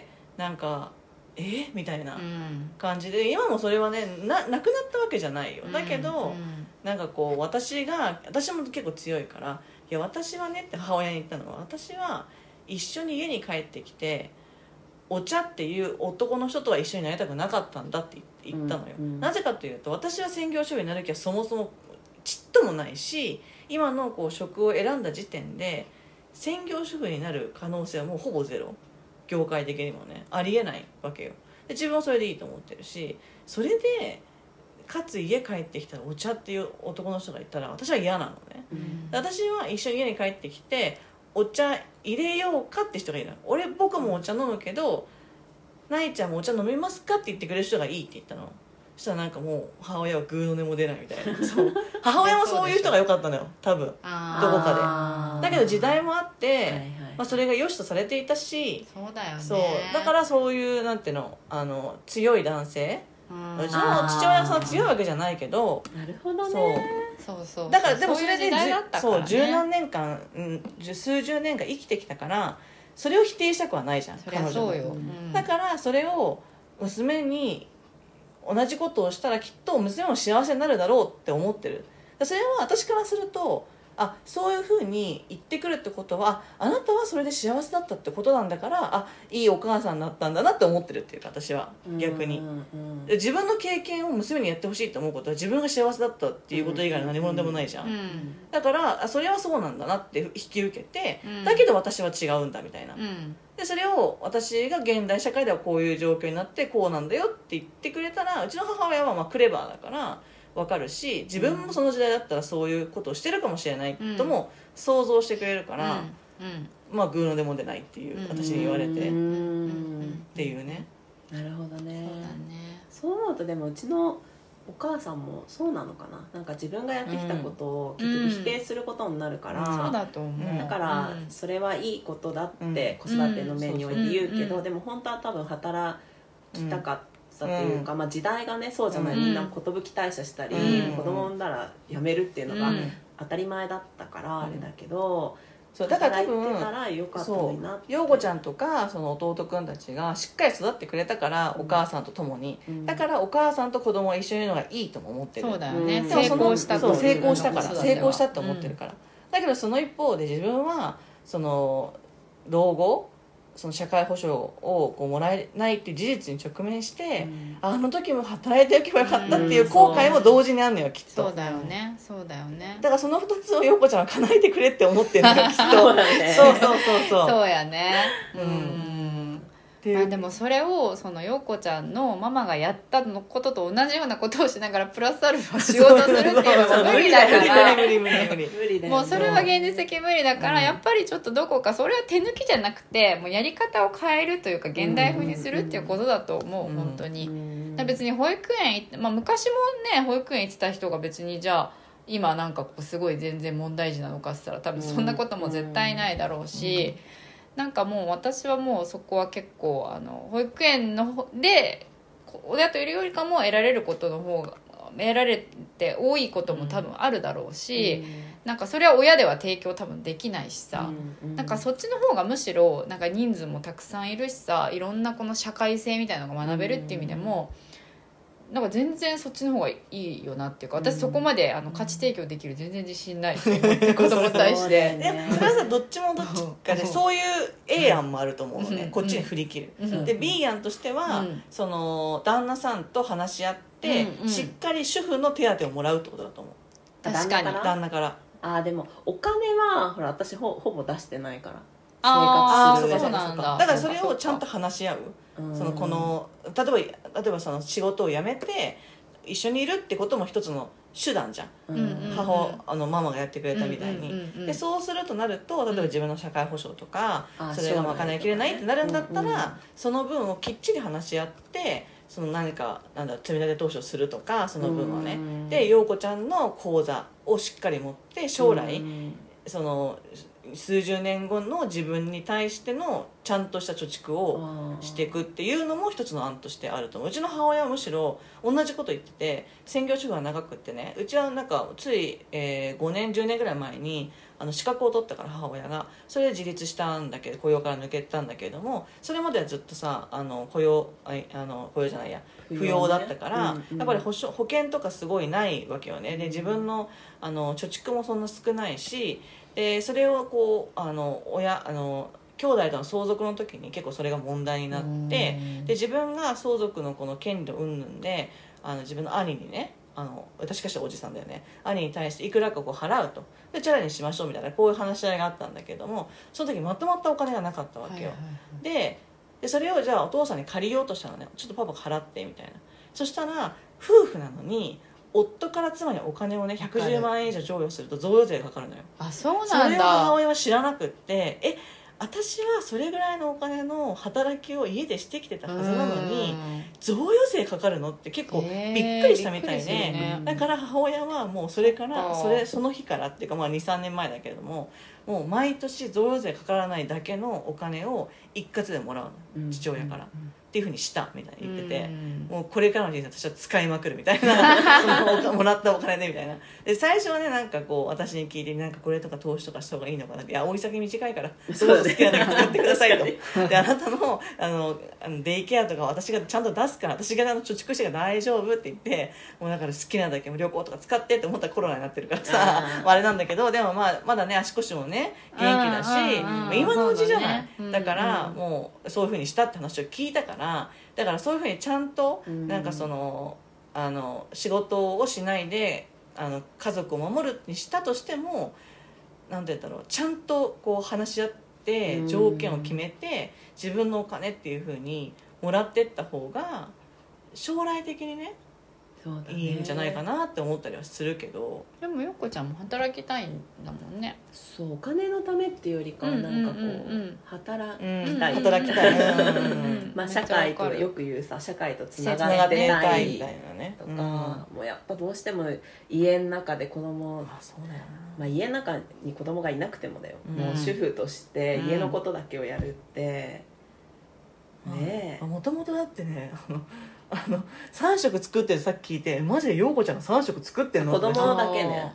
なんかみたいな感じで、今もそれはねなくなったわけじゃないよ。だけど、なんかこう私も結構強いから、いや私はねって母親に言ったのは、私は一緒に家に帰ってきてお茶っていう男の人とは一緒になりたくなかったんだって言ったのよ。なぜかというと私は専業主婦になる気はそもそもちっともないし、今のこう職を選んだ時点で専業主婦になる可能性はもうほぼゼロ、業界的にもねありえないわけよ。で自分はそれでいいと思ってるし、それでかつ家帰ってきたらお茶っていう男の人がいたら私は嫌なのね。私は一緒に家に帰ってきてお茶入れようかって人がいる。僕もお茶飲むけどないちゃんもお茶飲みますかって言ってくれる人がいいって言ったの。そしたらなんかもう母親はグーの音も出ないみたいなそう母親もそういう人が良かったのよ多分どこかで。だけど時代もあって、まあ、それが良しとされていたし、 そうだよね。 そうだからそういうなんていうの強い男性、うちの父親はその強いわけじゃないけど、 なるほどね。 そうだからでもそれで十何年間、数十年間生きてきたからそれを否定したくはないじゃん。 そりゃそうよ、 だからそれを娘に同じことをしたらきっと娘も幸せになるだろうって思ってる。それは私からするとそういうふうに言ってくるってことはあなたはそれで幸せだったってことなんだから、いいお母さんになったんだなって思ってるっていうか、私は逆に、自分の経験を娘にやってほしいと思うことは自分が幸せだったっていうこと以外の何者でもないじゃん、だからそれはそうなんだなって引き受けて、だけど私は違うんだみたいな、でそれを私が現代社会ではこういう状況になってこうなんだよって言ってくれたら、うちの母親はまあクレバーだから分かるし、自分もその時代だったらそういうことをしてるかもしれないとも想像してくれるから、まあグーのでも出ないっていう私に言われてっていうね。 なるほどね。 そうだね。 そう思うとでもうちのお母さんもそうなのかな。なんか自分がやってきたことを結局否定することになるから、 そうだと思う。 だからそれはいいことだって子育ての面において言うけど、でも本当は多分働きたかったというか、まあ、時代がねそうじゃない、みんな寿退社したり、子供産んだら辞めるっていうのが当たり前だったからあれだけど、 そうだから多分働いてたらよかったのになって。 陽子ちゃんとかその弟くんたちがしっかり育ってくれたから、お母さんと共に、だからお母さんと子供が一緒にいるのがいいとも思ってる。 そうだよね。 成功したから成功したとって思ってるから、だけどその一方で自分はその老後その社会保障をこうもらえないっていう事実に直面して、あの時も働いておけばよかったっていう後悔も同時にあるのよきっと。 そうだよねそうだよね。 だからその2つを陽子ちゃんは叶えてくれって思ってるのよきっとそうだねそうそうそうそうそうやねっていうまあ、でもそれをその陽子ちゃんのママがやったのことと同じようなことをしながらプラスアルファ仕事するっていうのも無理だから無理無理無理無理だよね。 もうそれは現実的に無理だから、やっぱりちょっとどこかそれは手抜きじゃなくてもうやり方を変えるというか現代風にするっていうことだと思う、本当に。だから別に保育園行って、まあ、昔もね保育園行ってた人が別にじゃあ今なんかこうすごい全然問題児なのかって言ったら多分そんなことも絶対ないだろうし、なんかもう私はもうそこは結構保育園ので親といるよりかも得られることの方が得られて多いことも多分あるだろうし、なんかそれは親では提供多分できないしさ、なんかそっちの方がむしろなんか人数もたくさんいるしさ、いろんなこの社会性みたいなのが学べるっていう意味でも、なんか全然そっちの方がいいよなっていうか、私そこまで価値提供できる全然自信ないし子供に対してでそれはさどっちもどっちかでそういう A 案もあると思うのね、こっちに振り切る、で B 案としては、その旦那さんと話し合って、しっかり主婦の手当をもらうってことだと思う。 確かに旦那から。 でもお金はほら私ほぼ出してないから生活する上で。 そうなんだ。 だからそれをちゃんと話し合う、そのこの例えばその仕事を辞めて一緒にいるってことも一つの手段じゃん、ママがやってくれたみたいに、でそうするとなると例えば自分の社会保障とか、それが賄いきれないってなるんだったら、その分をきっちり話し合ってその何か積み立て投資をするとか、その分はね、で陽子ちゃんの口座をしっかり持って将来、その数十年後の自分に対してのちゃんとした貯蓄をしていくっていうのも一つの案としてあると思う。うちの母親はむしろ同じこと言ってて、専業主婦が長くってね、うちはなんかつい、5年10年ぐらい前に資格を取ったから母親がそれで自立したんだけど、雇用から抜けたんだけれども、それまではずっとさ雇用じゃないや扶養だったから、やっぱり保険とかすごいないわけよね。で自分の貯蓄もそんな少ないし、でそれをこう兄弟との相続の時に結構それが問題になって、で自分が相続のこの権利を云々で自分の兄にね、私からしたらおじさんだよね、兄に対していくらかこう払うと、でチャラにしましょうみたいなこういう話し合いがあったんだけども、その時まとまったお金がなかったわけよ、でそれをじゃあお父さんに借りようとしたらね、ちょっとパパ払ってみたいな。そしたら夫婦なのに夫から妻にお金をね110万円以上贈与すると贈与税がかかるのよ。 そうなんだ。 それを母親は知らなくって、私はそれぐらいのお金の働きを家でしてきてたはずなのに贈与税かかるのって結構びっくりしたみたいで、だから母親はもうそれからその日からっていうか、23年前だけれども、もう毎年贈与税かからないだけのお金を一括でもらうの、父親から、っていうふうにしたみたいに言ってて、もうこれからの人生私は使いまくるみたいなそのもらったお金でみたいな。で最初はねなんかこう私に聞いて、なんかこれとか投資とかした方がいいのかなって、いや追い先短いからそう好きなだけ使ってくださいとであなたのデイケアとか私がちゃんと出すから、私が貯蓄してが大丈夫って言って、もうだから好きなだけ旅行とか使ってって思ったらコロナになってるからさあれなんだけど、でもまだね足腰もね元気だし、今のうちじゃない、だからもうそういうふうにしたって話を聞いたから、だからそういうふうにちゃんとなんかその仕事をしないで家族を守るにしたとしても、なんて言うんだろう、ちゃんとこう話し合って条件を決めて自分のお金っていうふうにもらってった方が将来的にねいいんじゃないかなって思ったりはするけど、 でもよっこちゃんも働きたいんだもんね。 そうお金のためっていうよりかはなんかこう働きたい、社会とよく言うさ、社会とつながってたいみたいなねとか、もうやっぱどうしても家の中で子供、家の中に子供がいなくてもだよ、もう主婦として家のことだけをやるってねえ、 もともとだってね3食作ってるさっき聞いて、マジで陽子ちゃんが3食作ってんの？ 子供だけね。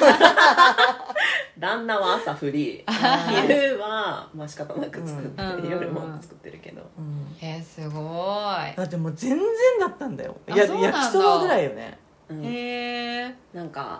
旦那は朝フリー、昼は仕方なく作って、夜も作ってるけど、 すごい。 だってもう全然だったんだよ。焼きそばぐらいよね。 へえ。 なんか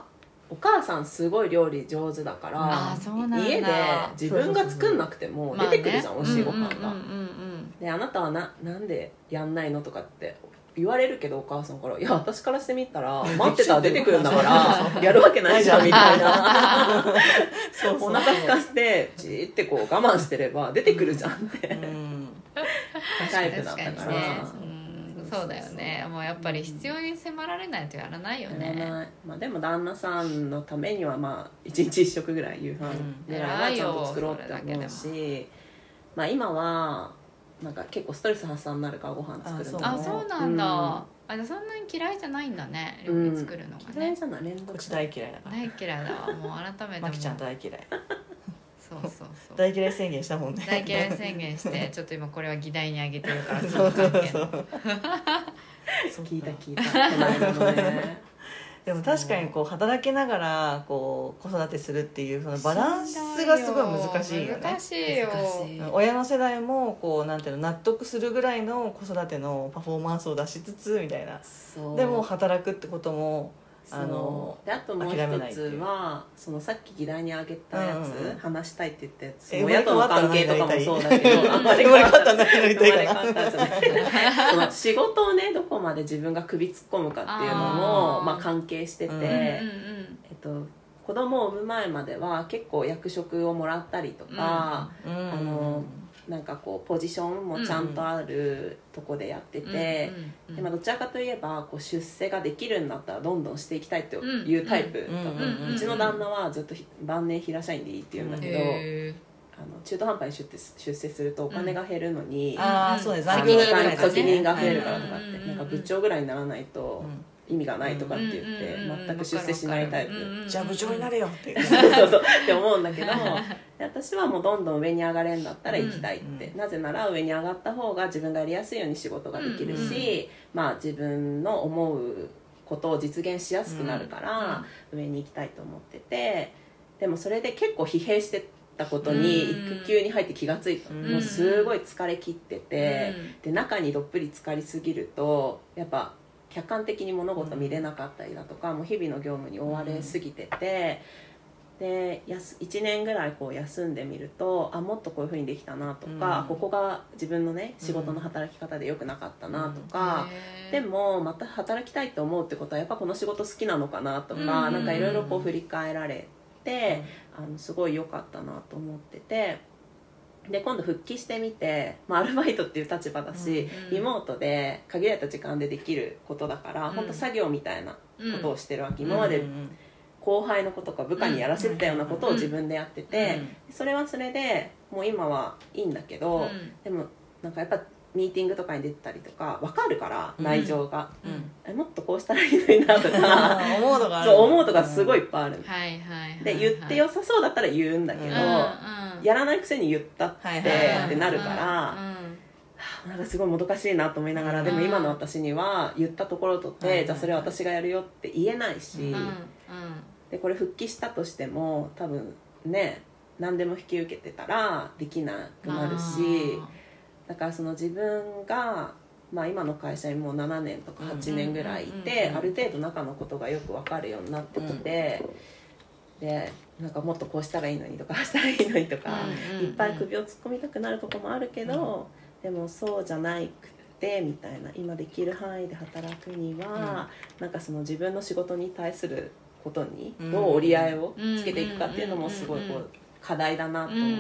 お母さんすごい料理上手だから、 そうなんだ、 家で自分が作んなくても出てくるじゃん、美味しいご飯が、であなたはなんでやんないのとかって言われるけど、お母さんからいや私からしてみたら待ってたら出てくるんだからやるわけないじゃんみたいなお腹空かしてじーってこう我慢してれば出てくるじゃんってタイプだったから、 そうだよね。もうやっぱり必要に迫られないとやらないよね。 やらない。まあでも旦那さんのためにはまあ一日一食ぐらい夕飯ぐらいはちゃんと作ろうって思うし、まあ今はなんか結構ストレス発散になるからご飯作るのも。 あ、そうなんだ。あ、じゃあそんなに嫌いじゃないんだね、料理作るのがね。 嫌いじゃない、連続。 こっち大嫌いだから。 大嫌いだわ。もう改めてマキちゃん大嫌い。 そうそうそう。 大嫌い宣言したもんね。 大嫌い宣言してちょっと今これは議題にあげてるからそうそうそう。 聞いたこの間のね。 でも確かにこう働きながらこう子育てするっていうそのバランスがすごい難しいよね。 難しいよ。 親の世代もこうなんていうの納得するぐらいの子育てのパフォーマンスを出しつつみたいな。でも働くってこともであともう一つはそのさっき議題にあげたやつ、話したいって言ったやつ、親との関係とかもそうだけど、あんまり変わったんじゃないけど、その仕事をねどこまで自分が首突っ込むかっていうのもまあ関係してて、子供を産む前までは結構役職をもらったりとか、なんかこうポジションもちゃんとあるとこでやってて、でどちらかといえばこう出世ができるんだったらどんどんしていきたいというタイプ。うちの旦那はずっと晩年平社員でいいって言うんだけど、中途半端に出世するとお金が減るのに、責任が増えるからとかって、なんか部長ぐらいにならないと意味がないとかって言って全く出世しないタイプ。 じゃあ部長になれよってって思うんだけど、私はもうどんどん上に上がれるんだったら行きたいって、なぜなら上に上がった方が自分がやりやすいように仕事ができるし、まあ自分の思うことを実現しやすくなるから上に行きたいと思ってて、でもそれで結構疲弊してたことに育休に入って気がついた。もうすごい疲れ切ってて、で中にどっぷり浸かりすぎるとやっぱ客観的に物事見れなかったりだとか、もう日々の業務に追われすぎてて、で1年ぐらいこう休んでみると、もっとこういう風にできたなとか、ここが自分のね仕事の働き方で良くなかったなとか、でもまた働きたいと思うってことはやっぱこの仕事好きなのかなとか、なんかいろいろこう振り返られて、すごい良かったなと思ってて。で今度復帰してみて、アルバイトっていう立場だし、リモートで限られた時間でできることだから、本当作業みたいなことをしてるわけ。今まで後輩の子とか部下にやらせてたようなことを自分でやってて、それはそれでもう今はいいんだけど、でもなんかやっぱミーティングとかに出てたりとか分かるから、内情が、もっとこうしたらいいのになとか思うとかすごいいっぱいある。で言って良さそうだったら言うんだけど、やらないくせに言ったってなるから、なんかすごいもどかしいなと思いながら、でも今の私には言ったところとって、じゃあそれは私がやるよって言えないし、でこれ復帰したとしても多分ね何でも引き受けてたらできなくなるし、だからその自分が、今の会社にもう7年とか8年ぐらいいて、ある程度中のことがよく分かるようになってきて、でなんかもっとこうしたらいいのにとかしたらいいのにとか、いっぱい首を突っ込みたくなるとこもあるけど、でもそうじゃないくてみたいな、今できる範囲で働くには、なんかその自分の仕事に対することにどう折り合いをつけていくかっていうのもすごいこう課題だなと思って。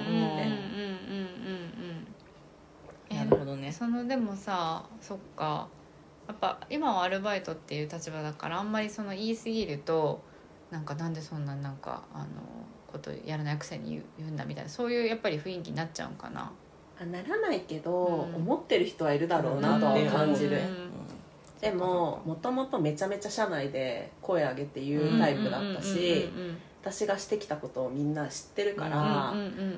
なるほどね。 でもさ、そっか、やっぱ今はアルバイトっていう立場だから、あんまりその言い過ぎるとなんでそんなことやらないくせに言うんだみたいな、そういうやっぱり雰囲気になっちゃうんかな。 ならないけど、思ってる人はいるだろうなとは感じる。でももともとめちゃめちゃ社内で声上げて言うタイプだったし、私がしてきたことをみんな知ってるから、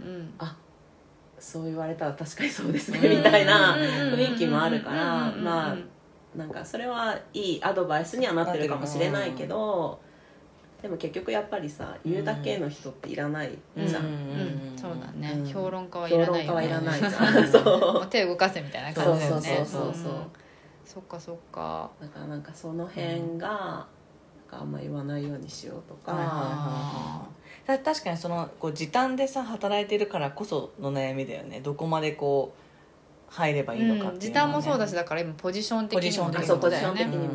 そう言われたら確かにそうですねみたいな雰囲気もあるから、なんかそれはいいアドバイスにはなってるかもしれないけど、でも結局やっぱりさ、言うだけの人っていらないじゃん。 そうだね、評論家はいらないよね。 評論家はいらないじゃん。そう手動かせみたいな感じだよね。 そうそっかそっか。 だからなんかその辺が、 かあんま言わないようにしようとか、 確かにそのこう時短でさ働いてるからこその悩みだよね。どこまでこう入ればいいのかっていうのはね、 時短もそうだし、だから今ポジション的にもポジション的にもポジション的にも、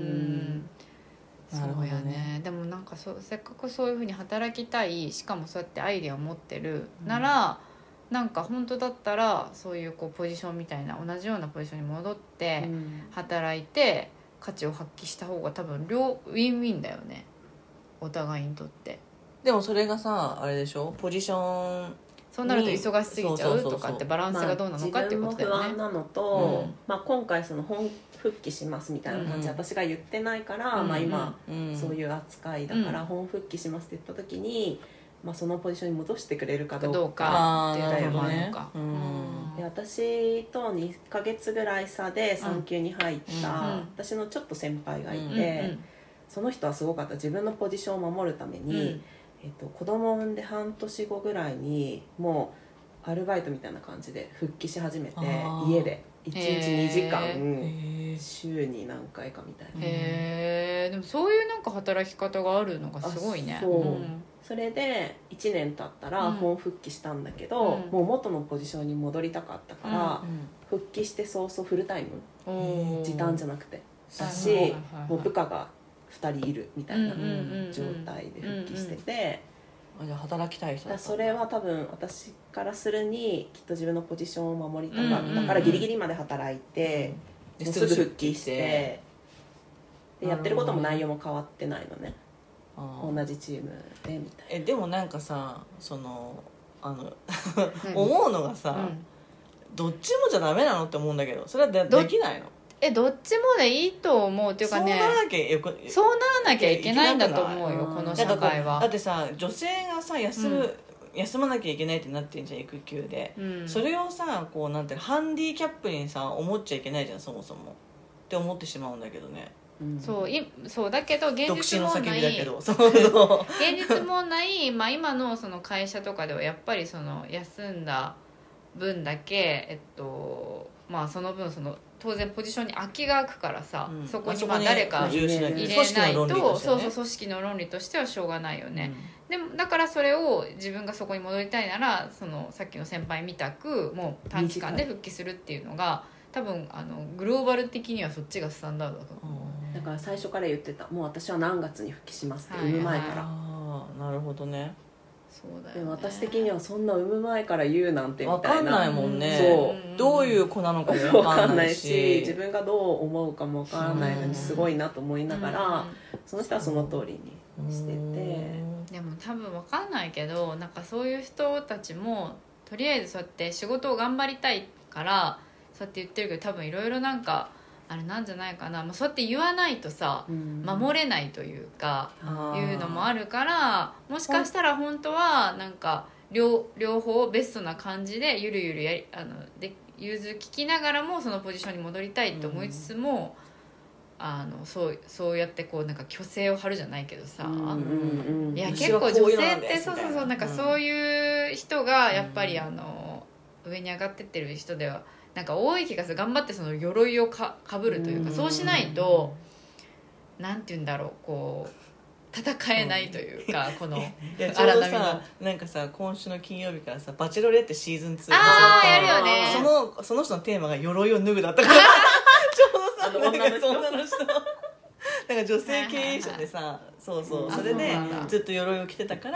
そうやね。でもなんかせっかくそういうふうに働きたい、しかもそうやってアイデアを持ってるなら、なんか本当だったらそういうこうポジションみたいな同じようなポジションに戻って働いて価値を発揮した方が多分ウィンウィンだよね、お互いにとって。 でもそれがさあれでしょ、ポジションそうなると忙しすぎちゃうとかってバランスがどうなのかっていうことだよね。 自分も不安なのと、今回その本復帰しますみたいな感じで私が言ってないから、今そういう扱いだから本復帰しますって言った時に、そのポジションに戻してくれるかどうかっていうのもあるのか。 で私と2ヶ月ぐらい差で産休に入った私のちょっと先輩がいて、その人はすごかった。自分のポジションを守るために、子供を産んで半年後ぐらいにもうアルバイトみたいな感じで復帰し始めて、家で1日2時間週に何回かみたいな。 でもそういうなんか働き方があるのがすごいね。 それで1年経ったら本復帰したんだけど、もう元のポジションに戻りたかったから、復帰して早々フルタイム、時短じゃなくてだし、もう部下が2人いるみたいな状態で復帰してて、 じゃあ働きたい人だったんだ。 それは多分私からするにきっと自分のポジションを守りたかったからギリギリまで働いて、もうすぐ復帰してでやってることも内容も変わってないのね、同じチームでみたいな。 でもなんかさその思うのがさ、どっちもじゃダメなのって思うんだけど、それはできないの？ どっちもでいいと思うっていうかね、そうならなきゃいけないんだと思うよ、この社会は。 だってさ女性がさ休まなきゃいけないってなってんじゃん、育休で、それをさこうなんていうのハンディキャップにさ思っちゃいけないじゃんそもそもって思ってしまうんだけどね。 そうだけど現実問題、 現実問題、今のその会社とかではやっぱりその休んだ分だけその分その当然ポジションに空きが空くからさ、そこに誰か入れないと、そう組織の論理としてはしょうがないよね、でもだからそれを自分がそこに戻りたいならそのさっきの先輩みたくもう短期間で復帰するっていうのが多分グローバル的にはそっちがスタンダードだと思う。 だから最初から言ってた、もう私は何月に復帰しますって産む前から、 なるほどね。 そうだよね。 でも私的にはそんな産む前から言うなんてみたいな、 分かんないもんね、どういう子なのかも分かんないし自分がどう思うかも分からないのにすごいなと思いながら、その人はその通りにしてて、 でも多分分かんないけど、なんかそういう人たちもとりあえずそうやって仕事を頑張りたいからそうやって言ってるけど、多分いろいろなんかあれなんじゃないかな、そうやって言わないとさ、守れないというかいうのもあるから、もしかしたら本当はなんか両方ベストな感じでゆるゆるで融通聞きながらもそのポジションに戻りたいと思いつつも、そうやってこうなんか虚勢を張るじゃないけどさ、いや結構女性ってそうなんかそういう人がやっぱり上に上がってってる人ではなんか多い気がする。頑張ってその鎧をかぶるというか、そうしないとなんて言うんだろう、こう戦えないというか、この荒波のなんかさ今週の金曜日からさバチェロレッテシーズン2始まったやるよね。 その人のテーマが鎧を脱ぐだったからちょうどさ女の人なんか女性経営者でさ、それでずっと鎧を着てたから、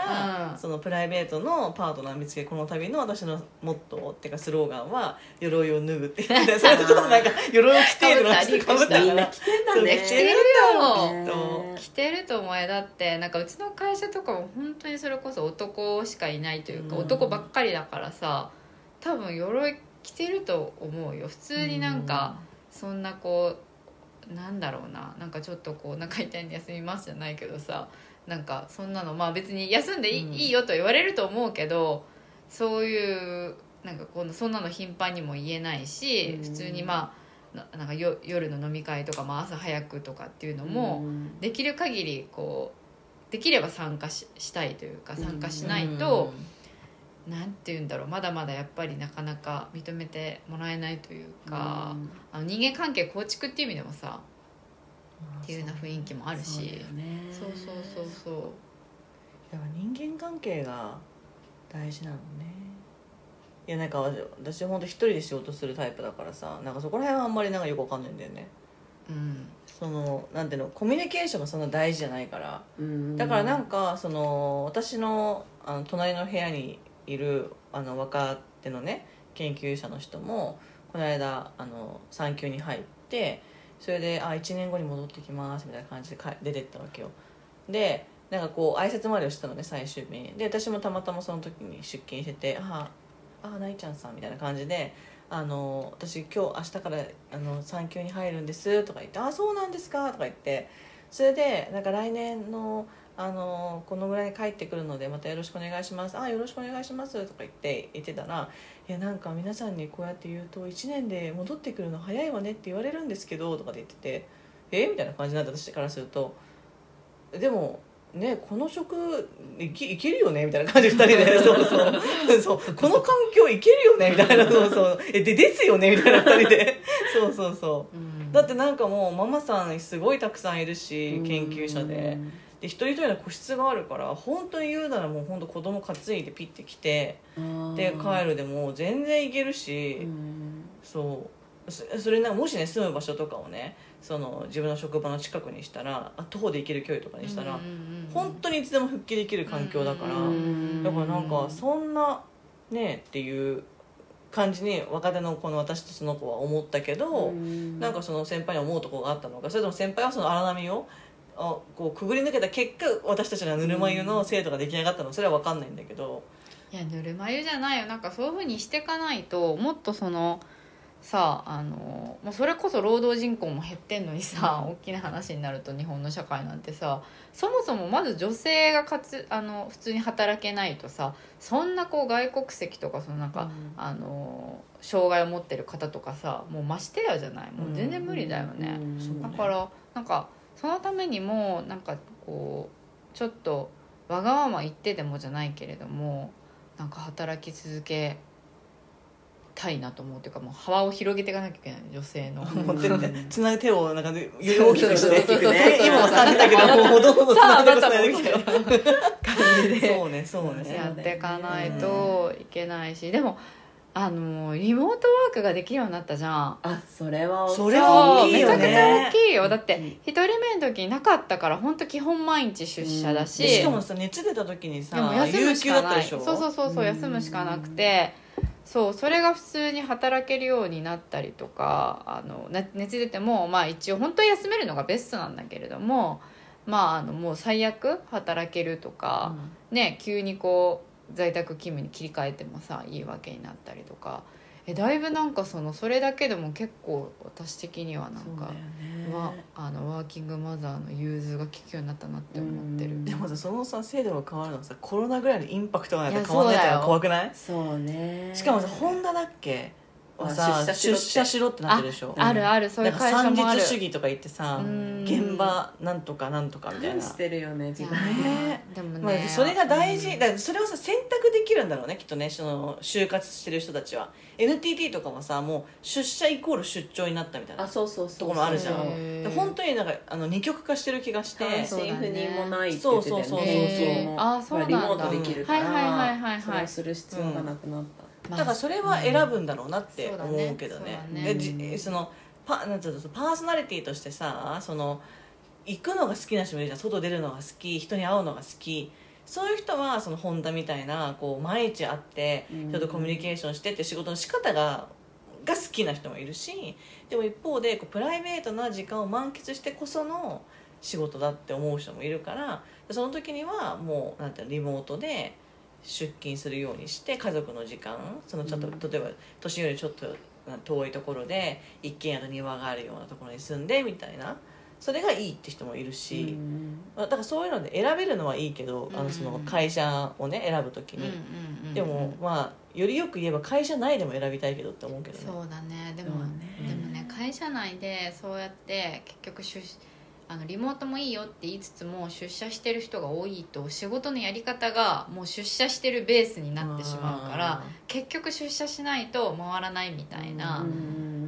そのプライベートのパートナー見つけ、この度の私のモットーっていうかスローガンは鎧を脱ぐって言ってそれとちょっとなんか鎧を着てるのがちょっとかぶったから、 みんな着てんだね。 着てるよ、着てると思え。だってなんかうちの会社とかも本当にそれこそ男しかいないというか、男ばっかりだからさ、多分鎧着てると思うよ。普通になんかそんなこうなんだろうな、なんかちょっとこうお腹痛いんで休みますじゃないけどさ、なんかそんなの別に休んでいいよと言われると思うけど、そういうなんかそんなの頻繁にも言えないし、普通になんか夜の飲み会とか、朝早くとかっていうのもできる限りこうできれば参加したいというか、参加しないとなんて言うんだろう、まだまだやっぱりなかなか認めてもらえないというか、人間関係構築っていう意味でもさ、 っていうような雰囲気もあるし、 そうだよね。 そうそうそうそうやっぱ人間関係が大事なのね。いやなんか私本当一人で仕事するタイプだからさ、なんかそこら辺はあんまりなんかよくわかんないんだよね。そのなんていうの、コミュニケーションがそんな大事じゃないから、だからなんかその私の隣の部屋にいる若手のね研究者の人もこの間産休に入って、それで1年後に戻ってきますみたいな感じで出てったわけよ。でなんかこう挨拶回りをしたのね、最終日に。で私もたまたまその時に出勤してて、なイちゃんさんみたいな感じで、私今日明日から産休に入るんですとか言って、そうなんですかとか言って、それでなんか来年のこのぐらいに帰ってくるのでまたよろしくお願いします、よろしくお願いしますとか言ってたら、いやなんか皆さんにこうやって言うと1年で戻ってくるの早いわねって言われるんですけどとかで言ってて、みたいな感じになって私からすると、でもね、この職いけるよねみたいな感じで2人でそうこの環境いけるよねみたいなですよねみたいな2人でだってなんかもうママさんすごいたくさんいるし研究者で一人一人の個室があるから、本当に言うならもう本当子供担いでピッて来てで帰るでも全然いけるし、それなんかもしね住む場所とかをねその自分の職場の近くにしたら徒歩で行ける距離とかにしたら本当にいつでも復帰できる環境だから、だからなんかそんなねっていう感じに若手のこの私とその子は思ったけど、なんかその先輩に思うところがあったのか、それとも先輩はその荒波をこうくぐり抜けた結果私たちがぬるま湯の制度が出来上がったの、それは分かんないんだけど。 いやぬるま湯じゃないよ。なんかそういう風にしていかないと、もっとそのさもうそれこそ労働人口も減ってんのにさ、大きな話になると日本の社会なんてさ、そもそもまず女性が普通に働けないとさ、そんなこう外国籍とかそのなんか、障害を持ってる方とかさ、もうましてやじゃない、もう全然無理だよね。だからなんかそのためにもなんかこうちょっとわがまま言ってでもじゃないけれども、なんか働き続けたいなと思うというか、もう幅を広げていかなきゃいけない、女性のつなぐ手をなんか大きくして今は3人だけどもうどんどんつなげてきて感じでそうねやっていかないといけないし、でもリモートワークができるようになったじゃん。 それは大きいよね。 めちゃくちゃ大きいよ。だって1人目の時になかったから本当基本毎日出社だし、 しかもさ熱出た時にさ休むしかない。そうそう休むしかなくて、それが普通に働けるようになったりとか、熱出ても一応本当に休めるのがベストなんだけれども、もう最悪働けるとか、急にこう在宅勤務に切り替えてもさいいわけになったりとか、だいぶなんかそれだけでも結構私的にはなんか、ワーキングマザーの融通が利くようになったなって思ってる。 でもさそのさ制度が変わるのさコロナぐらいのインパクトが変わんないってのは怖くない？ そうね。 しかもさホンダだっけ出社しろってなってるでしょ。 あるそういう会社もある。 なんか三日主義とか言ってさ現場なんとかなんとかみたいなしてるよね自分でもね、 それが大事だから、それをさ選択できるんだろうねきっとね、その就活してる人たちは。 NTT とかもさもう出社イコール出張になったみたいなところあるじゃん。で本当になんか二極化してる気がして、 単身赴任もないって言ってたよね。 そうなんだ。 リモートできるからそれをする必要がなくなった。 だからそれは選ぶんだろうなって思うけどね。そのなんていうの、パーソナリティとしてさ、その行くのが好きな人もいるじゃん。外出るのが好き、人に会うのが好き、そういう人はそのホンダみたいなこう毎日会って人とコミュニケーションしてって仕事の仕方が好きな人もいるし、でも一方でこうプライベートな時間を満喫してこその仕事だって思う人もいるから、その時にはもうなんていうの、リモートで出勤するようにして家族の時間、そのちょっと例えば都心よりちょっと遠いところで一軒家と庭があるようなところに住んでみたいな、それがいいって人もいるし、だからそういうので選べるのはいいけど、その会社をね選ぶときに、でもよりよく言えば会社内でも選びたいけどって思うけどね。 そうだね。でもね会社内でそうやって結局リモートもいいよって言いつつも出社してる人が多いと仕事のやり方がもう出社してるベースになってしまうから、結局出社しないと回らないみたいな。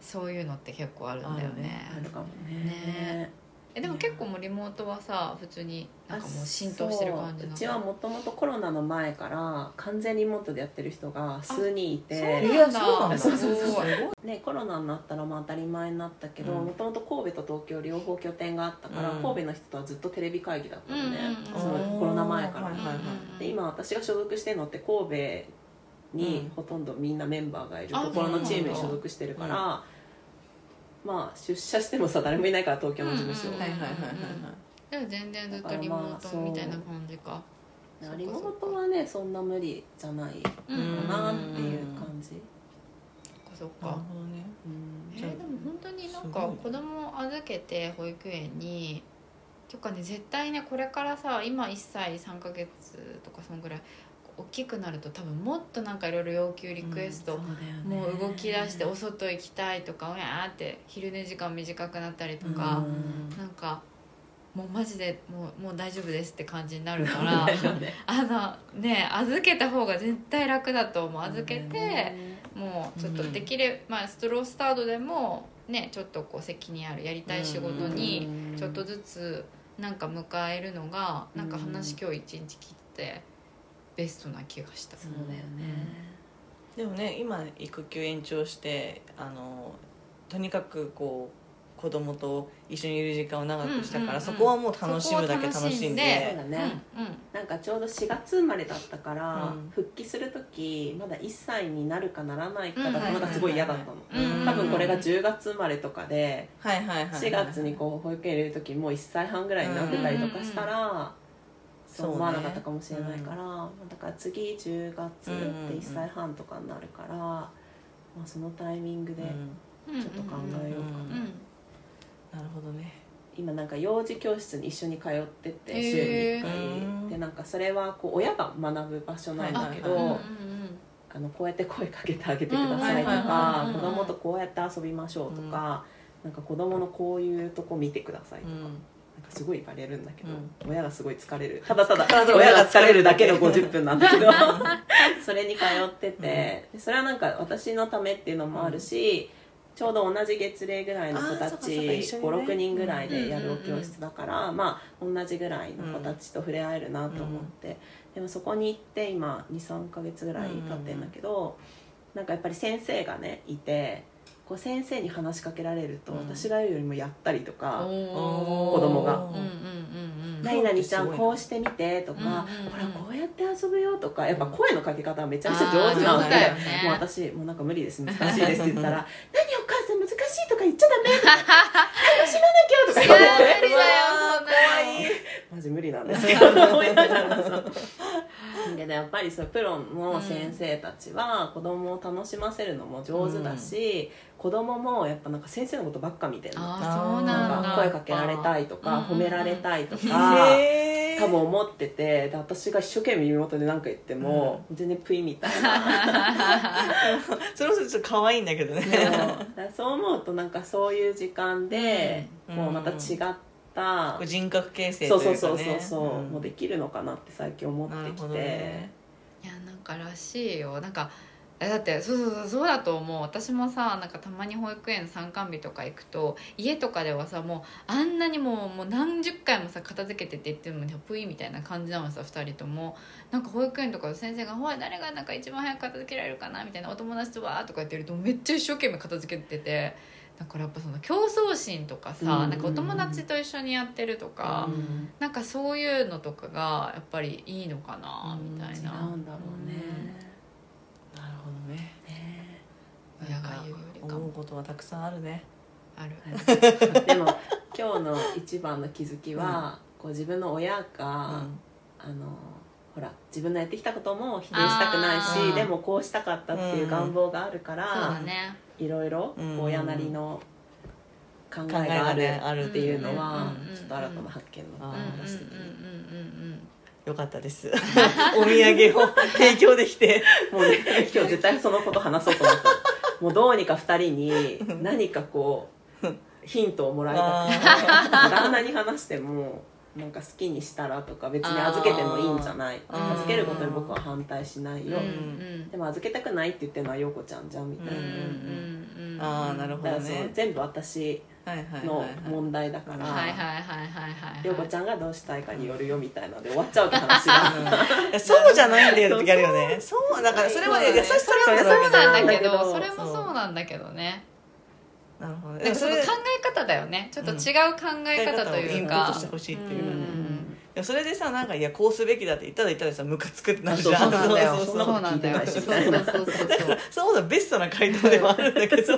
そういうのって結構あるんだよね。 あるかもね。 ねでも結構もうリモートはさ普通になんかもう浸透してる感じなの。 うちはもともとコロナの前から完全リモートでやってる人が数人いて、 そうなんだ。 そうなんだそうそうそうすごいね、コロナになったらまあ当たり前になったけど、 うんもともと神戸と東京両方拠点があったから、 うん神戸の人とはずっとテレビ会議だったのね、 うんそのコロナ前から、 はいはいはい、 で今私が所属してるのって神戸にほとんどみんなメンバーがいるところのチームに所属してるから、まあ出社してもさ誰もいないから東京の事務所、 はいはいはいはいでも全然ずっとリモートみたいな感じか。 リモートはねそんな無理じゃないかなっていう感じ。 そっか。 なるほどね。 でも本当になんか子供を預けて保育園にとかね、絶対ねこれからさ今1歳3ヶ月とかそんぐらい大きくなると多分もっとなんかいろいろ要求リクエスト、もう動き出してお外行きたいとか、うわーって昼寝時間短くなったりとか、なんかもうマジでもう大丈夫ですって感じになるから預けた方が絶対楽だと思う。預けてもうちょっとできれば、スロースタートでもねちょっとこう責任あるやりたい仕事にちょっとずつなんか迎えるのがなんか話今日一日切ってベストな気がした。 そうだよね。 でもね今育休延長してとにかくこう子供と一緒にいる時間を長くしたから、そこはもう楽しむだけ楽しんで、 そうだね、なんかちょうど4月生まれだったから、復帰する時まだ1歳になるかならないかだとなんかすごい嫌だったの、多分これが10月生まれとかで4月にこう保育園入れる時もう1歳半ぐらいになってたりとかしたら、そう思わなかったかもしれないから、だから次10月で1歳半とかになるから、まあ、そのタイミングでちょっと考えようかな。 なるほどね。 今なんか幼児教室に一緒に通ってて週に1回で、なんかそれはこう親が学ぶ場所なんだけど、こうやって声かけてあげてくださいとか、子供とこうやって遊びましょうとか、なんか子供のこういうとこ見てくださいとか、なんかすごい言われるんだけど、親がすごい疲れる、ただただ親が疲れるだけの50分なんだけどそれに通ってて、それはなんか私のためっていうのもあるし、ちょうど同じ月齢ぐらいの子たち 5,6 人ぐらいでやるお教室だから、まあ同じぐらいの子たちと触れ合えるなと思って、でもそこに行って今 2,3 ヶ月ぐらい経ってんだけど、なんかやっぱり先生がねいて、こう先生に話しかけられると、私が言うよりもやったりとか、子供が何々ちゃんこうしてみてとか、ほらこうやって遊ぶよとか、やっぱ声のかけ方はめちゃめちゃ上手なので、もう私もうなんか無理です難しいですって言ったら何お母さん難しいとか言っちゃダメとか楽しまなきゃとか言われて、怖いマジ無理なんですけど思いながらそうでやっぱりそうプロの先生たちは子供を楽しませるのも上手だし、子供もやっぱなんか先生のことばっか見てるの。 そうなんだ。 声かけられたいとか、褒められたいとか多分思ってて、で私が一生懸命耳元で何か言っても、全然プイみたいなそれこそちょっと可愛いんだけどねそう思うとなんかそういう時間で、もうまた違った人格形成というかね、 そうもうできるのかなって最近思ってきて、 いやなんからしいよ。なんかだってそうだと思う。私もさなんかたまに保育園参観日とか行くと、家とかではさもうあんなにもう何十回もさ片付けてって言ってもプイみたいな感じなのさ、2人とも。なんか保育園とかの先生が「ほら誰がなんか一番早く片付けられるかな」みたいな、お友達とわーとか言ってるとめっちゃ一生懸命片付けてて、だからやっぱその競争心とかさ、なんかお友達と一緒にやってるとか、なんかそういうのとかがやっぱりいいのかなみたいな。 違うんだろうね。 なるほどね。 親が言うよりか思うことはたくさんあるね。 あるでも今日の一番の気づきは、こう自分の親が、ほら自分のやってきたことも否定したくないし、でもこうしたかったっていう願望があるから、 そうだね、 いろいろ親なりの考えがあるっていうのはちょっと新たな発見の話しててよかったですお土産を提供できてもうね今日絶対そのこと話そうと思ったもうどうにか2人に何かこうヒントをもらいたくて旦那に話してもなんか好きにしたらとか別に預けてもいいんじゃない、 あー預けることに僕は反対しないよ、 うんでも預けたくないって言ってるのは陽子ちゃんじゃんみたいな、 うんああなるほどだからそのね。 全部私はいはいはいのはい。 問題だから、 はいはいはいはいはい陽子ちゃんがどうしたいかによるよみたいなので終わっちゃうって話がいやそうじゃないんだよって時あるよね。そうだからそれは優しさなんだろうそうなんだけど。 けどそれもそうなんだけどね。 なるほどね。 でもその考え方だよね。ちょっと違う考え方というかインプットしてほしいっていうかね。 うんいやそれでさなんかいやこうすべきだって言ったらさムカつくってなるじゃん。 そうなんだよ。 そうそうそうそんなこと聞いてないしそうそうそうそうそう。 そうだベストな回答ではあるんだけど。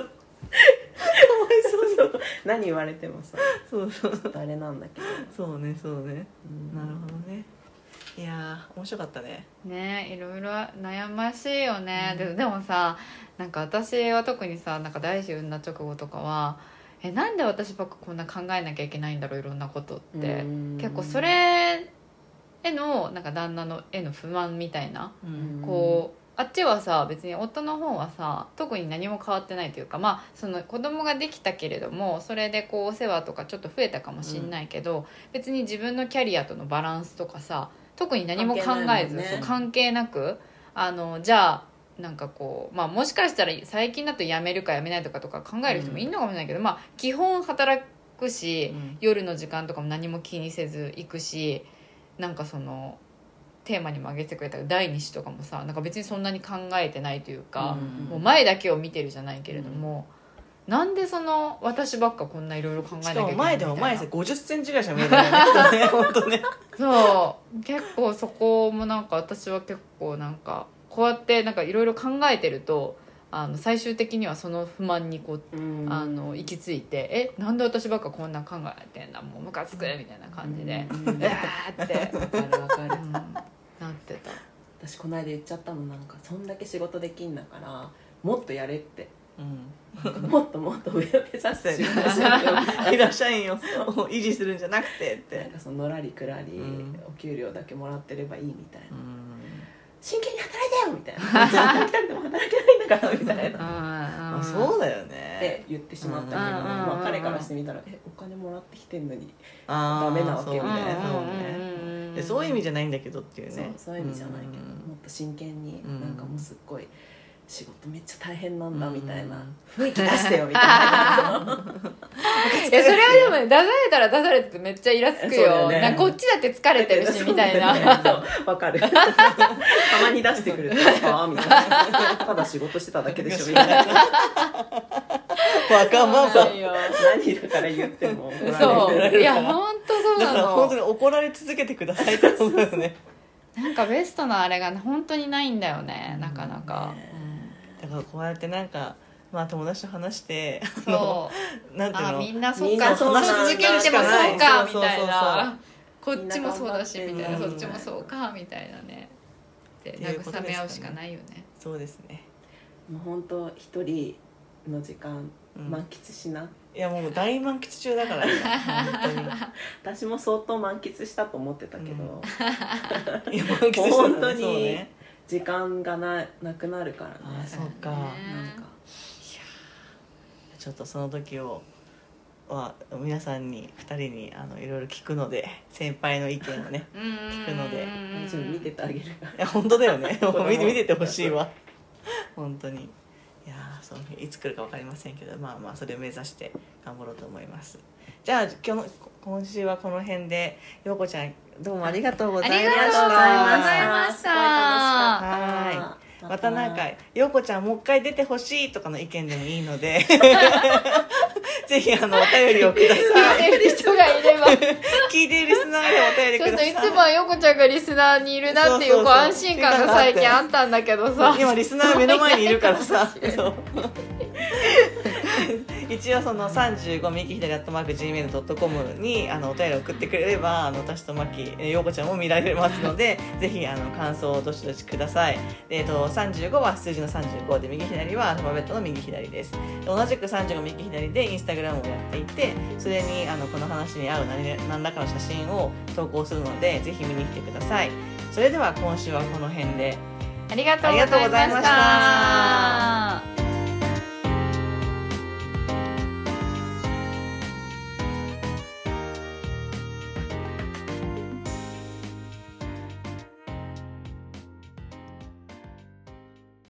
そう何言われてもさそうそうちょっとあれなんだけど、 そうねそうね。 うんなるほどね。いやー面白かったね。 ね、いろいろ悩ましいよね、でもさなんか私は特にさなんか大志産んだ直後とかはなんで私ばっかこんな考えなきゃいけないんだろういろんなことってうん結構それへのなんか旦那のへの不満みたいなこうあっちはさ別に夫の方はさ特に何も変わってないというかまあその子供ができたけれどもそれでこうお世話とかちょっと増えたかもしんないけど、別に自分のキャリアとのバランスとかさ特に何も考えず関係なくじゃあなんかこう、まあ、もしかしたら最近だと辞めるか辞めないとか考える人もいるのかもしれないけど、まあ基本働くし、夜の時間とかも何も気にせず行くしなんかそのテーマにも挙げてくれた第二子とかもさなんか別にそんなに考えてないというか、もう前だけを見てるじゃないけれども、なんでその私ばっかこんないろいろ考えなきゃいけないみたいな。 前でも前で50センチぐらいしか見えないね本当ね。 そう結構そこもなんか私は結構なんかこうやってなんかいろいろ考えてると最終的にはその不満にこう行き着いてなんで私ばっかこんな考えてんだもうムカつくみたいな感じでうわーってわかるわかる、 なってた。 私この間言っちゃったもんなんかそんだけ仕事できんだからもっとやれってもっともっと上を目指して仕事しなきゃいらっしゃいよ維持するんじゃなくてってなんかそののらりくらりお給料だけもらってればいいみたいな、 うん真剣に働いてよみたいな働きたくても働けないんだからみたいなまあそうだよってね。 言ってしまったけど、まあ、彼からしてみたらお金もらってきてんのにあーダメなわけみたいなそうねでそういう意味じゃないんだけどっていうね。 そういう意味じゃないけど、もっと真剣になんかもうすっごい仕事めっちゃ大変なんだみたいな雰囲気出してよみたいなそれはでもね出されたら出されててめっちゃイラつくよ、 そうだよねなんかこっちだって疲れてるしみたいなそうわかるたまに出してくるとああみたいなただ仕事してただけでしょみたいなわがままそうよ何だから言っても怒られるそういや本当そうだなから本当のに怒られ続けてくださいって思うよね。 なんかベストなあれが本当にないんだよねなかなか、 だからこうやってなんかまあ友達と話してそうなんていうのみんなそっみんかそのなそうなんだ時期にでもそうかみそうたいなこそうっちもそうだしみんみたいなな頑張ってそっちもそうかみたいなねでっていうことですかね慰め合うしかないよね。 そうですね。 もう本当一人の時間満喫しな、 いやもう大満喫中だからね本当に。 私も相当満喫したと思ってたけど、 いや満喫してたね本当にそうね。 時間がなくなるからねあそうか。 ねなんかちょっとその時は皆さんに2人にいろいろ聞くので先輩の意見をね聞くのでちょっと見ててあげるいや本当だよね供見ててほしいわ本当に。いやそういつ来るか分かりませんけどまあまあそれを目指して頑張ろうと思います。じゃあ今週はこの辺で陽子ちゃんどうもありがとうございました。 ありがとうございましたすごい楽しかったまたなんか陽子ちゃんもう一回出てほしいとかの意見でもいいのでぜひお便りをください。 聞いてる人がいれば聞いているリスナーでお便りちょっとください。 いつもはヨコちゃんがリスナーにいるなっていうこう安心感が最近あったんだけどさ今リスナー目の前にいるからさそう一応その35ミキヒダリ@gmail.com にお便りを送ってくれれば私とマキ陽子ちゃんも見られますのでぜひ感想をどしどしください。で35は数字の35で右左はアルファベットの右左です。同じく35右左でインスタグラムをやっていてそれにこの話に合う何らかの写真を投稿するのでぜひ見に来てください。それでは今週はこの辺でありがとうございました。